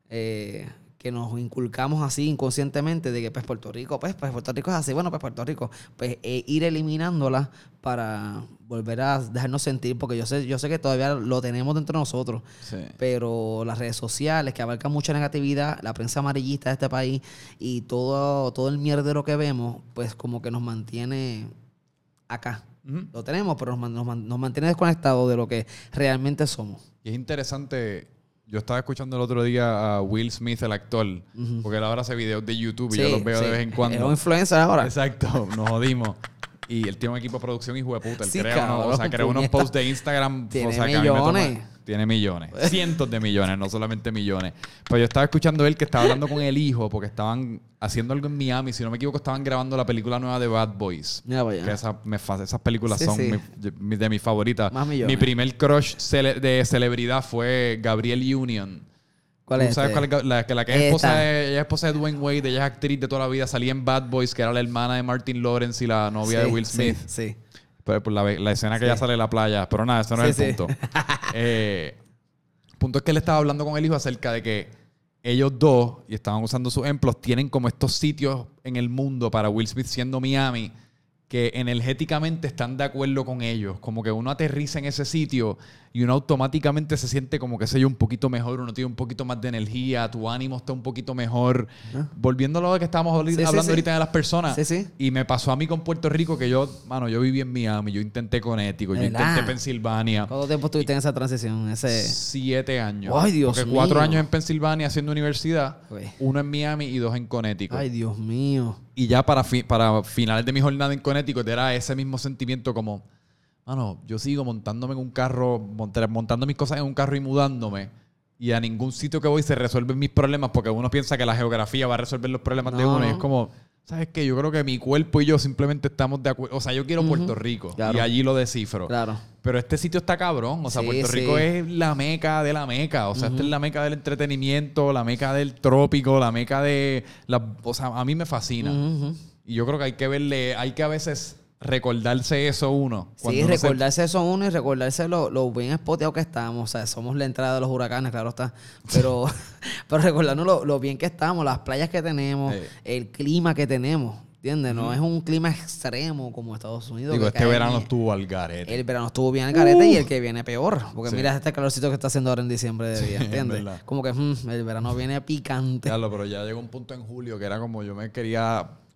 Speaker 2: eh, que nos inculcamos así inconscientemente de que pues Puerto Rico, pues, pues Puerto Rico es así, bueno, pues Puerto Rico, pues eh, ir eliminándola para volver a dejarnos sentir, porque yo sé, yo sé que todavía lo tenemos dentro de nosotros,
Speaker 1: Sí.
Speaker 2: pero las redes sociales que abarcan mucha negatividad, la prensa amarillista de este país y todo, todo el mierdero que vemos, pues como que nos mantiene acá.
Speaker 1: Ujú.
Speaker 2: Lo tenemos, pero nos, man- nos, man- nos mantiene desconectados de lo que realmente somos.
Speaker 1: Y es interesante. Yo estaba escuchando el otro día a Will Smith, el actor,
Speaker 2: Ujú.
Speaker 1: porque él ahora hace videos de YouTube y
Speaker 2: Sí,
Speaker 1: yo los veo
Speaker 2: sí.
Speaker 1: de vez en cuando.
Speaker 2: Es un influencer ahora.
Speaker 1: Exacto, nos jodimos. Y él tiene un equipo de producción hijo de puta. Él
Speaker 2: Sí,
Speaker 1: crea, unos, o sea,
Speaker 2: cabrón,
Speaker 1: crea unos
Speaker 2: puñeta.
Speaker 1: posts de Instagram.
Speaker 2: Tiene
Speaker 1: o sea, que a mí me toma-
Speaker 2: millones.
Speaker 1: tiene millones. Cientos de millones, no solamente millones. Pues yo estaba escuchando él que estaba hablando con el hijo porque estaban haciendo algo en Miami. Si no me equivoco, estaban grabando la película nueva de Bad Boys.
Speaker 2: Mira para allá.
Speaker 1: Que esa, me fa- esas películas
Speaker 2: Sí,
Speaker 1: son
Speaker 2: sí.
Speaker 1: mi- mi- de mis favoritas.
Speaker 2: Más millones.
Speaker 1: Mi primer crush cele- de celebridad fue Gabrielle Union.
Speaker 2: ¿Cuál
Speaker 1: ¿Tú
Speaker 2: es
Speaker 1: sabes
Speaker 2: este?
Speaker 1: cuál es? La, que la que es
Speaker 2: Esta.
Speaker 1: esposa de, ella es esposa de Dwayne Wade, ella es actriz de toda la vida, salía en Bad Boys, que era la hermana de Martin Lawrence y la novia
Speaker 2: Sí,
Speaker 1: de Will Smith.
Speaker 2: Sí, sí.
Speaker 1: Pero por la, la escena que
Speaker 2: Sí.
Speaker 1: ella sale en la playa. Pero nada, eso no es
Speaker 2: Sí,
Speaker 1: el
Speaker 2: sí.
Speaker 1: punto. Eh, punto es que él estaba hablando con el hijo acerca de que ellos dos, y estaban usando sus ejemplos, tienen como estos sitios en el mundo para Will Smith siendo Miami, que energéticamente están de acuerdo con ellos. Como que uno aterriza en ese sitio y uno automáticamente se siente como, qué sé yo, un poquito mejor, uno tiene un poquito más de energía, tu ánimo está un poquito mejor.
Speaker 2: Ah.
Speaker 1: Volviendo a lo que estábamos ahorita-
Speaker 2: Sí, sí,
Speaker 1: hablando
Speaker 2: sí.
Speaker 1: ahorita de las personas.
Speaker 2: Sí, sí.
Speaker 1: Y me pasó a mí con Puerto Rico que yo, mano, yo viví en Miami, yo intenté Connecticut, yo
Speaker 2: ¿Verdad?
Speaker 1: intenté Pensilvania.
Speaker 2: ¿Cuánto tiempo estuviste en esa transición? Ese...
Speaker 1: Siete años.
Speaker 2: Ay, Dios
Speaker 1: Porque cuatro
Speaker 2: mío.
Speaker 1: años en Pensilvania haciendo universidad,
Speaker 2: Uy.
Speaker 1: uno en Miami y dos en Connecticut.
Speaker 2: Ay, Dios mío.
Speaker 1: Y ya para, fi- para finales de mi jornada en Connecticut era ese mismo sentimiento como, mano, yo sigo montándome en un carro, monta- montando mis cosas en un carro y mudándome. Y a ningún sitio que voy se resuelven mis problemas porque uno piensa que la geografía va a resolver los problemas de
Speaker 2: No,
Speaker 1: uno. Y
Speaker 2: no.
Speaker 1: es como, ¿sabes qué? Yo creo que mi cuerpo y yo simplemente estamos de acuerdo. O sea, yo quiero
Speaker 2: Ujú.
Speaker 1: Puerto Rico
Speaker 2: Claro.
Speaker 1: y allí lo descifro.
Speaker 2: Claro.
Speaker 1: Pero este sitio está cabrón. O sea,
Speaker 2: Sí,
Speaker 1: Puerto
Speaker 2: sí.
Speaker 1: Rico es la meca de la meca. O sea,
Speaker 2: Ujú.
Speaker 1: esta es la meca del entretenimiento, la meca del trópico, la meca de... La, o sea, a mí me fascina.
Speaker 2: Ujú, ujú.
Speaker 1: Y yo creo que hay que verle... Hay que a veces recordarse eso uno. cuando
Speaker 2: Sí,
Speaker 1: uno se-
Speaker 2: recordarse eso uno y recordarse lo, lo bien espoteado que estamos. O sea, somos la entrada de los huracanes, claro está. Pero, pero recordarnos lo, lo bien que estamos, las playas que tenemos,
Speaker 1: Sí.
Speaker 2: el clima que tenemos. ¿Entiendes? No es un clima extremo como Estados Unidos.
Speaker 1: Digo,
Speaker 2: que
Speaker 1: este
Speaker 2: cae
Speaker 1: verano
Speaker 2: en-
Speaker 1: estuvo al garete.
Speaker 2: El verano estuvo bien al carete y el que viene peor. Porque
Speaker 1: Sí.
Speaker 2: mira este calorcito que está haciendo ahora en diciembre de día,
Speaker 1: Sí,
Speaker 2: ¿entiendes?
Speaker 1: verdad.
Speaker 2: Como que mm, el verano viene picante.
Speaker 1: Claro, pero ya llegó un punto en julio que era como yo me quería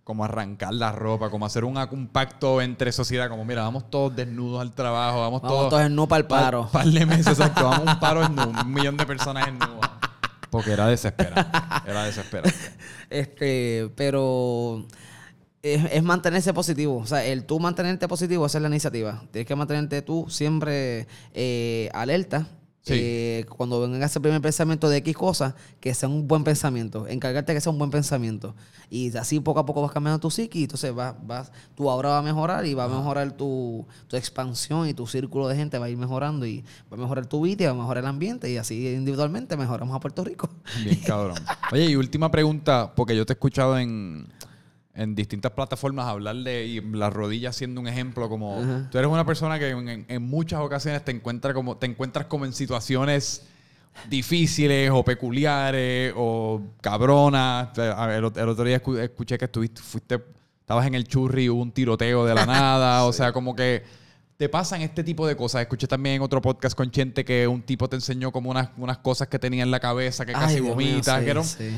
Speaker 1: como arrancar la ropa, como hacer un, un pacto entre sociedad, como mira, vamos todos desnudos al trabajo, vamos,
Speaker 2: vamos
Speaker 1: todos...
Speaker 2: todos desnudos para el paro.
Speaker 1: Par, par de meses, exacto, vamos a un paro desnudo, un millón de personas desnudas. Porque era desesperante, era desesperante.
Speaker 2: Este, pero es, es mantenerse positivo. O sea, el tú mantenerte positivo, esa es la iniciativa. Tienes que mantenerte tú siempre eh, alerta. Sí. Eh, cuando venga ese primer pensamiento de X cosas, que sea un buen pensamiento. Encargarte de que sea un buen pensamiento. Y así poco a poco vas cambiando tu psique y entonces vas, vas, tu aura va a mejorar y va a mejorar tu, tu expansión y tu círculo de gente va a ir mejorando y va a mejorar tu vida y va a mejorar el ambiente y así individualmente mejoramos a Puerto Rico.
Speaker 1: Bien, cabrón. Oye, y última pregunta, porque yo te he escuchado en... en distintas plataformas hablar de y las rodillas siendo un ejemplo como uh-huh. Tú eres una persona que en, en muchas ocasiones te encuentras como te encuentras como en situaciones difíciles o peculiares o cabronas. El, el otro día escuché que estuviste fuiste estabas en el churri y hubo un tiroteo de la nada, sí. O sea, como que te pasan este tipo de cosas. Escuché también en otro podcast con Chente que un tipo te enseñó como unas, unas cosas que tenía en la cabeza que casi vomitas, sí, que eran sí.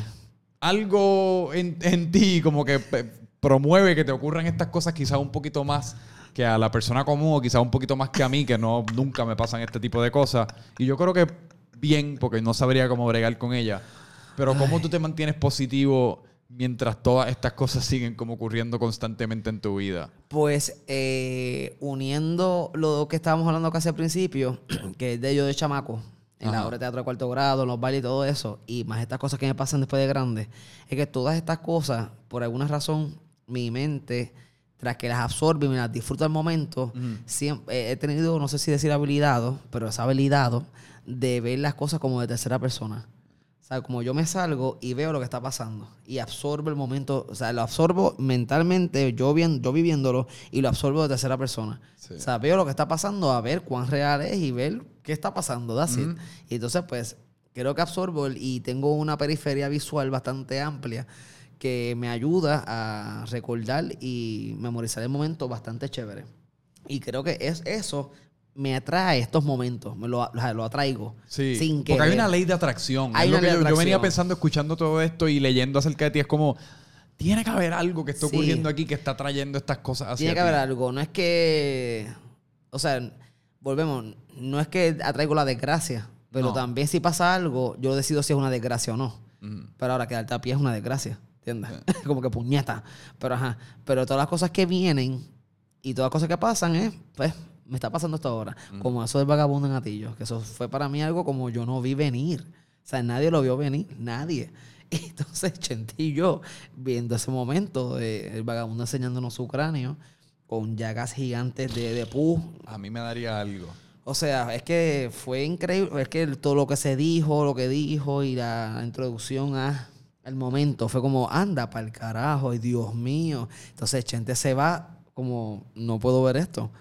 Speaker 1: Algo en, en ti como que promueve que te ocurran estas cosas quizás un poquito más que a la persona común o quizás un poquito más que a mí, que no nunca me pasan este tipo de cosas. Y yo creo que bien, porque no sabría cómo bregar con ella. Pero ¿cómo Ay. tú te mantienes positivo mientras todas estas cosas siguen como ocurriendo constantemente en tu vida?
Speaker 2: Pues eh, uniendo lo que estábamos hablando casi al principio, que es de yo de chamaco, en Ajá. la obra de teatro de cuarto grado, en los bailes y todo eso, y más estas cosas que me pasan después de grande, es que todas estas cosas, por alguna razón, mi mente, tras que las absorbe y me las disfruto al momento, uh-huh. siempre, he tenido, no sé si decir habilidad, pero esa habilidad de ver las cosas como de tercera persona. O sea, como yo me salgo y veo lo que está pasando y absorbo el momento, o sea, lo absorbo mentalmente, yo, bien, yo viviéndolo, y lo absorbo de tercera persona. Sí. O sea, veo lo que está pasando, a ver cuán real es y ver qué está pasando, that's uh-huh. it. Y entonces, pues, creo que absorbo y tengo una periferia visual bastante amplia que me ayuda a recordar y memorizar el momento bastante chévere. Y creo que es eso me atrae estos momentos, me lo, lo atraigo.
Speaker 1: Sí,
Speaker 2: sin
Speaker 1: porque hay una ley de atracción.
Speaker 2: Hay
Speaker 1: es
Speaker 2: una
Speaker 1: lo que
Speaker 2: ley de
Speaker 1: yo,
Speaker 2: atracción.
Speaker 1: yo venía pensando, escuchando todo esto y leyendo acerca de ti, es como, tiene que haber algo que está sí. ocurriendo aquí que está trayendo estas cosas hacia
Speaker 2: Tiene que
Speaker 1: ti.
Speaker 2: haber algo. No es que, o sea, volvemos, no es que atraigo la desgracia, pero no. también si pasa algo, yo decido si es una desgracia o no. Uh-huh. Pero ahora quedarte a pie es una desgracia, ¿entiendes? Uh-huh. Como que puñeta. Pero ajá, pero todas las cosas que vienen y todas las cosas que pasan es, pues, me está pasando esto ahora. Uh-huh. Como eso del vagabundo en Atillo, que eso fue para mí algo como yo no vi venir. O sea, nadie lo vio venir, nadie. Y entonces Chente y yo, viendo ese momento, de el vagabundo enseñándonos su cráneo, con llagas gigantes de, de pus.
Speaker 1: A mí me daría algo.
Speaker 2: O sea, es que fue increíble. Es que todo lo que se dijo, lo que dijo y la, la introducción a, al momento fue como, anda pa'l carajo, y Dios mío. Entonces Chente se va como, no puedo ver esto.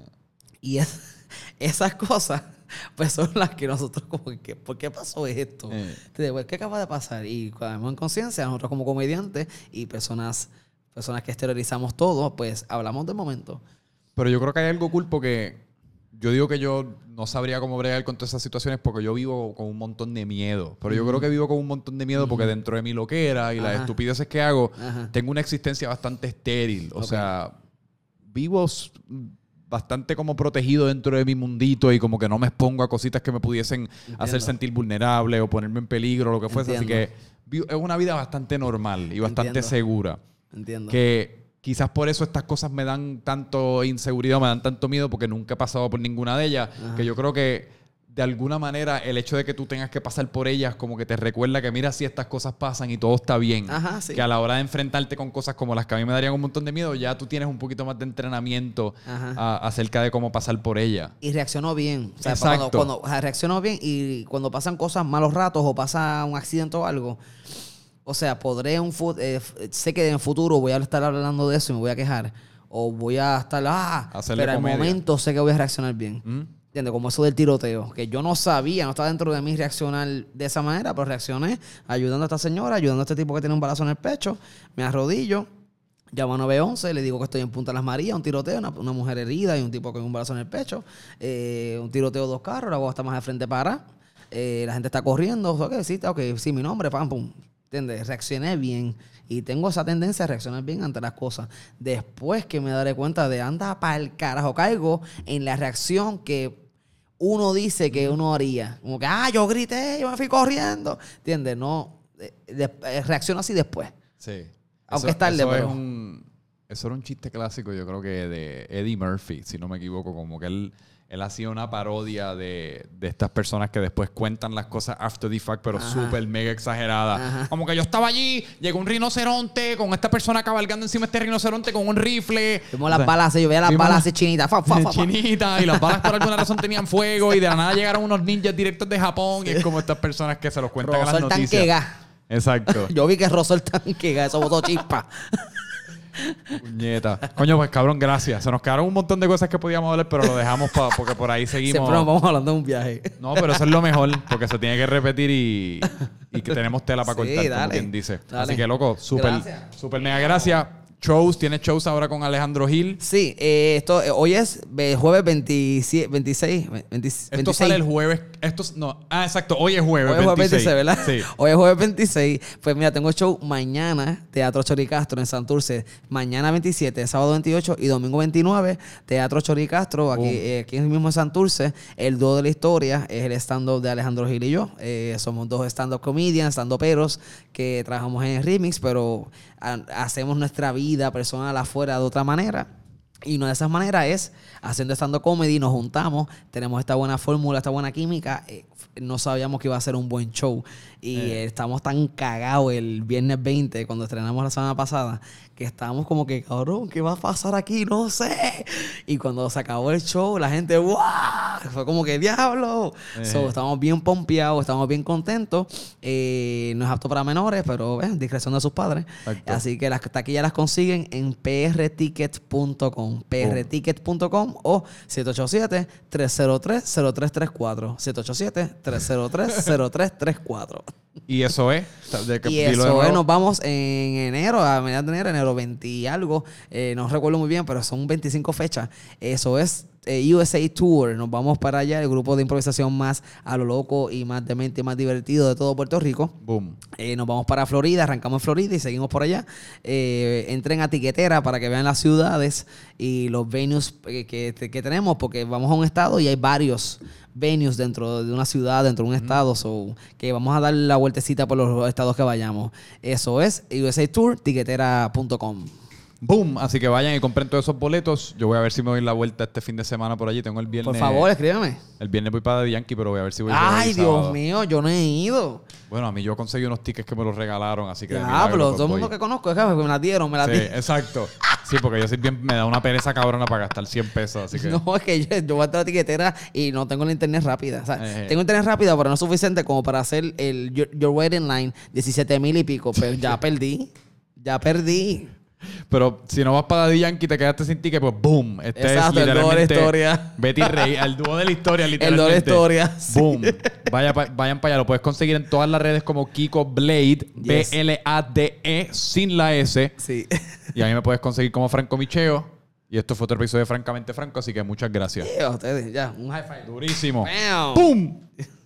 Speaker 2: Y es, esas cosas, pues son las que nosotros como que, ¿por qué pasó esto? Eh. Entonces, ¿qué acaba de pasar? Y cuando vemos en conciencia, nosotros como comediantes y personas, personas que exteriorizamos todo, pues hablamos del momento.
Speaker 1: Pero yo creo que hay algo cool porque yo digo que yo no sabría cómo bregar con todas esas situaciones porque yo vivo con un montón de miedo. Pero yo mm. creo que vivo con un montón de miedo mm. porque dentro de mi loquera y Ajá. las estupideces que hago, Ajá. tengo una existencia bastante estéril. O okay. sea, vivo bastante como protegido dentro de mi mundito y como que no me expongo a cositas que me pudiesen Entiendo. hacer sentir vulnerable o ponerme en peligro o lo que fuese. Entiendo. Así que es una vida bastante normal y bastante Entiendo. segura.
Speaker 2: Entiendo.
Speaker 1: Que quizás por eso estas cosas me dan tanto inseguridad, me dan tanto miedo porque nunca he pasado por ninguna de ellas. Ajá. Que yo creo que de alguna manera el hecho de que tú tengas que pasar por ellas como que te recuerda que mira si estas cosas pasan y todo está bien.
Speaker 2: Ajá, sí.
Speaker 1: Que a la hora de enfrentarte con cosas como las que a mí me darían un montón de miedo, ya tú tienes un poquito más de entrenamiento a, acerca de cómo pasar por ellas.
Speaker 2: Y reaccionó bien. O sea,
Speaker 1: Exacto.
Speaker 2: Cuando, cuando reaccionó bien y cuando pasan cosas, malos ratos o pasa un accidente o algo, o sea, podré un eh, sé que en el futuro voy a estar hablando de eso y me voy a quejar. O voy a estar, ah,
Speaker 1: Hacerle
Speaker 2: pero al
Speaker 1: comedia.
Speaker 2: momento sé que voy a reaccionar bien. ¿Mm? ¿Entiendes? Como eso del tiroteo, que yo no sabía, no estaba dentro de mí reaccionar de esa manera, pero reaccioné ayudando a esta señora, ayudando a este tipo que tiene un balazo en el pecho, me arrodillo, llamo a nueve once, le digo que estoy en Punta Las Marías, un tiroteo, una, una mujer herida y un tipo con un balazo en el pecho, eh, un tiroteo de dos carros, la guagua está más de frente para, eh, la gente está corriendo, ok, sí, ok, sí, mi nombre, pam, pum. ¿entiendes? Reaccioné bien. Y tengo esa tendencia a reaccionar bien ante las cosas. Después que me daré cuenta de anda para el carajo, caigo en la reacción que uno dice que uno haría. Como que, ah, yo grité, yo me fui corriendo. ¿Entiendes? No, de, de, reacciono así después.
Speaker 1: Sí.
Speaker 2: Aunque
Speaker 1: eso,
Speaker 2: es tarde,
Speaker 1: eso
Speaker 2: pero...
Speaker 1: Es un, eso era un chiste clásico, yo creo que de Eddie Murphy, si no me equivoco. Como que él, él hacía una parodia de, de estas personas que después cuentan las cosas after the fact, pero súper mega exagerada. Como que yo estaba allí, llegó un rinoceronte con esta persona cabalgando encima de este rinoceronte con un rifle.
Speaker 2: Vimos las balas, yo veía las balas así chinitas. Fa, fa, fa,
Speaker 1: chinitas, y las balas por alguna razón tenían fuego, y de la nada llegaron unos ninjas directos de Japón, y es como estas personas que se los cuentan en las noticias.
Speaker 2: Tanquega.
Speaker 1: Exacto.
Speaker 2: Yo vi que rozó el tanquega, eso botó chispa.
Speaker 1: Puñeta. Coño, pues cabrón, gracias. Se nos quedaron un montón de cosas que podíamos hablar, pero lo dejamos pa, porque por ahí seguimos.
Speaker 2: Siempre nos vamos hablando de un viaje.
Speaker 1: No, pero eso es lo mejor, porque se tiene que repetir y, y que tenemos tela para
Speaker 2: Sí,
Speaker 1: cortar,
Speaker 2: dale,
Speaker 1: como quien dice.
Speaker 2: dale.
Speaker 1: Así que, loco, súper, súper mega gracias. Shows, ¿tienes shows ahora con Alejandro Gil?
Speaker 2: Sí, eh, esto eh, hoy es eh, jueves veintisiete, veintiséis, veinte,
Speaker 1: Esto
Speaker 2: veintiséis.
Speaker 1: sale el jueves. Esto, no, ah, exacto. Hoy es jueves
Speaker 2: Hoy es jueves
Speaker 1: veintiséis.
Speaker 2: veintiséis, ¿verdad?
Speaker 1: Sí.
Speaker 2: Hoy es jueves veintiséis. Pues mira, tengo show mañana, Teatro Choricastro en Santurce. Mañana veintisiete, sábado veintiocho y domingo veintinueve, Teatro Choricastro, aquí, eh, aquí mismo en Santurce. El dúo de la historia es el stand-up de Alejandro Gil y yo. Eh, somos dos stand-up comedians, stand-uperos que trabajamos en el remix, pero a, hacemos nuestra vida personal afuera de otra manera. Y una de esas maneras es haciendo stand-up comedy, nos juntamos, tenemos esta buena fórmula, esta buena química. Eh, no sabíamos que iba a ser un buen show. Y eh. estamos tan cagados el viernes veinte, cuando estrenamos la semana pasada, que estábamos como que, cabrón, ¿qué va a pasar aquí? No sé. Y cuando se acabó el show, la gente, ¡wow! Fue como que, ¡diablo! Eh. So, estamos bien pompeados, estamos bien contentos. Eh, no es apto para menores, pero eh, discreción de sus padres. Exacto. Así que las taquillas las consiguen en p r ticket punto com. p r ticket punto com o siete ocho siete, tres cero tres, cero tres tres cuatro. siete ocho siete, tres cero tres, cero tres tres cuatro.
Speaker 1: Y eso es. De que
Speaker 2: y eso es, nos vamos en enero, a mediados de enero, enero veinte y algo. Eh, no recuerdo muy bien, pero son veinticinco fechas. Eso es eh, U S A Tour. Nos vamos para allá, el grupo de improvisación más a lo loco y más demente y más divertido de todo Puerto Rico.
Speaker 1: Boom.
Speaker 2: Eh, nos vamos para Florida, arrancamos en Florida y seguimos por allá. Eh, entren a Tiquetera para que vean las ciudades y los venues que, que, que tenemos, porque vamos a un estado y hay varios venues dentro de una ciudad, dentro de un estado, so, que vamos a dar la vueltecita por los estados que vayamos. Eso es U S A Tour, tiquetera punto com.
Speaker 1: Boom, así que vayan y compren todos esos boletos. Yo voy a ver si me doy la vuelta este fin de semana por allí. Tengo el viernes.
Speaker 2: Por favor, escríbeme.
Speaker 1: El viernes voy para Daddy Yankee, pero voy a ver si voy.
Speaker 2: Ay, Dios sábado. mío, yo no he ido.
Speaker 1: Bueno, a mí yo conseguí unos tickets que me los regalaron, así que...
Speaker 2: Ah, pero todo el mundo que conozco es que me las dieron, me las
Speaker 1: sí,
Speaker 2: dieron.
Speaker 1: exacto. Sí, porque yo soy bien... Me da una pereza cabrona para gastar cien pesos, así que...
Speaker 2: No, es que yo, yo voy a estar a tiquetera y no tengo la internet rápida. O sea, eh, tengo internet rápida, pero no es suficiente como para hacer el Your, your Waiting Line diecisiete mil y pico. Pero ya perdí. Ya perdí.
Speaker 1: Pero si no vas para Daddy Yankee y te quedaste sin ticket, pues boom. Este
Speaker 2: Exacto,
Speaker 1: es literalmente
Speaker 2: el dúo de la historia.
Speaker 1: Betty Rey, el dúo de la historia, literalmente.
Speaker 2: El dúo de la historia.
Speaker 1: Boom. Sí. Vaya pa, vayan para allá. Lo puedes conseguir en todas las redes como Kiko Blade, yes. B L A D E, sin la S.
Speaker 2: Sí.
Speaker 1: Y a mí me puedes conseguir como Franco Micheo. Y esto fue otro episodio de Francamente Franco, así que muchas gracias.
Speaker 2: Sí, a ustedes, ya, un high five.
Speaker 1: Durísimo.
Speaker 2: Bam.
Speaker 1: ¡Pum!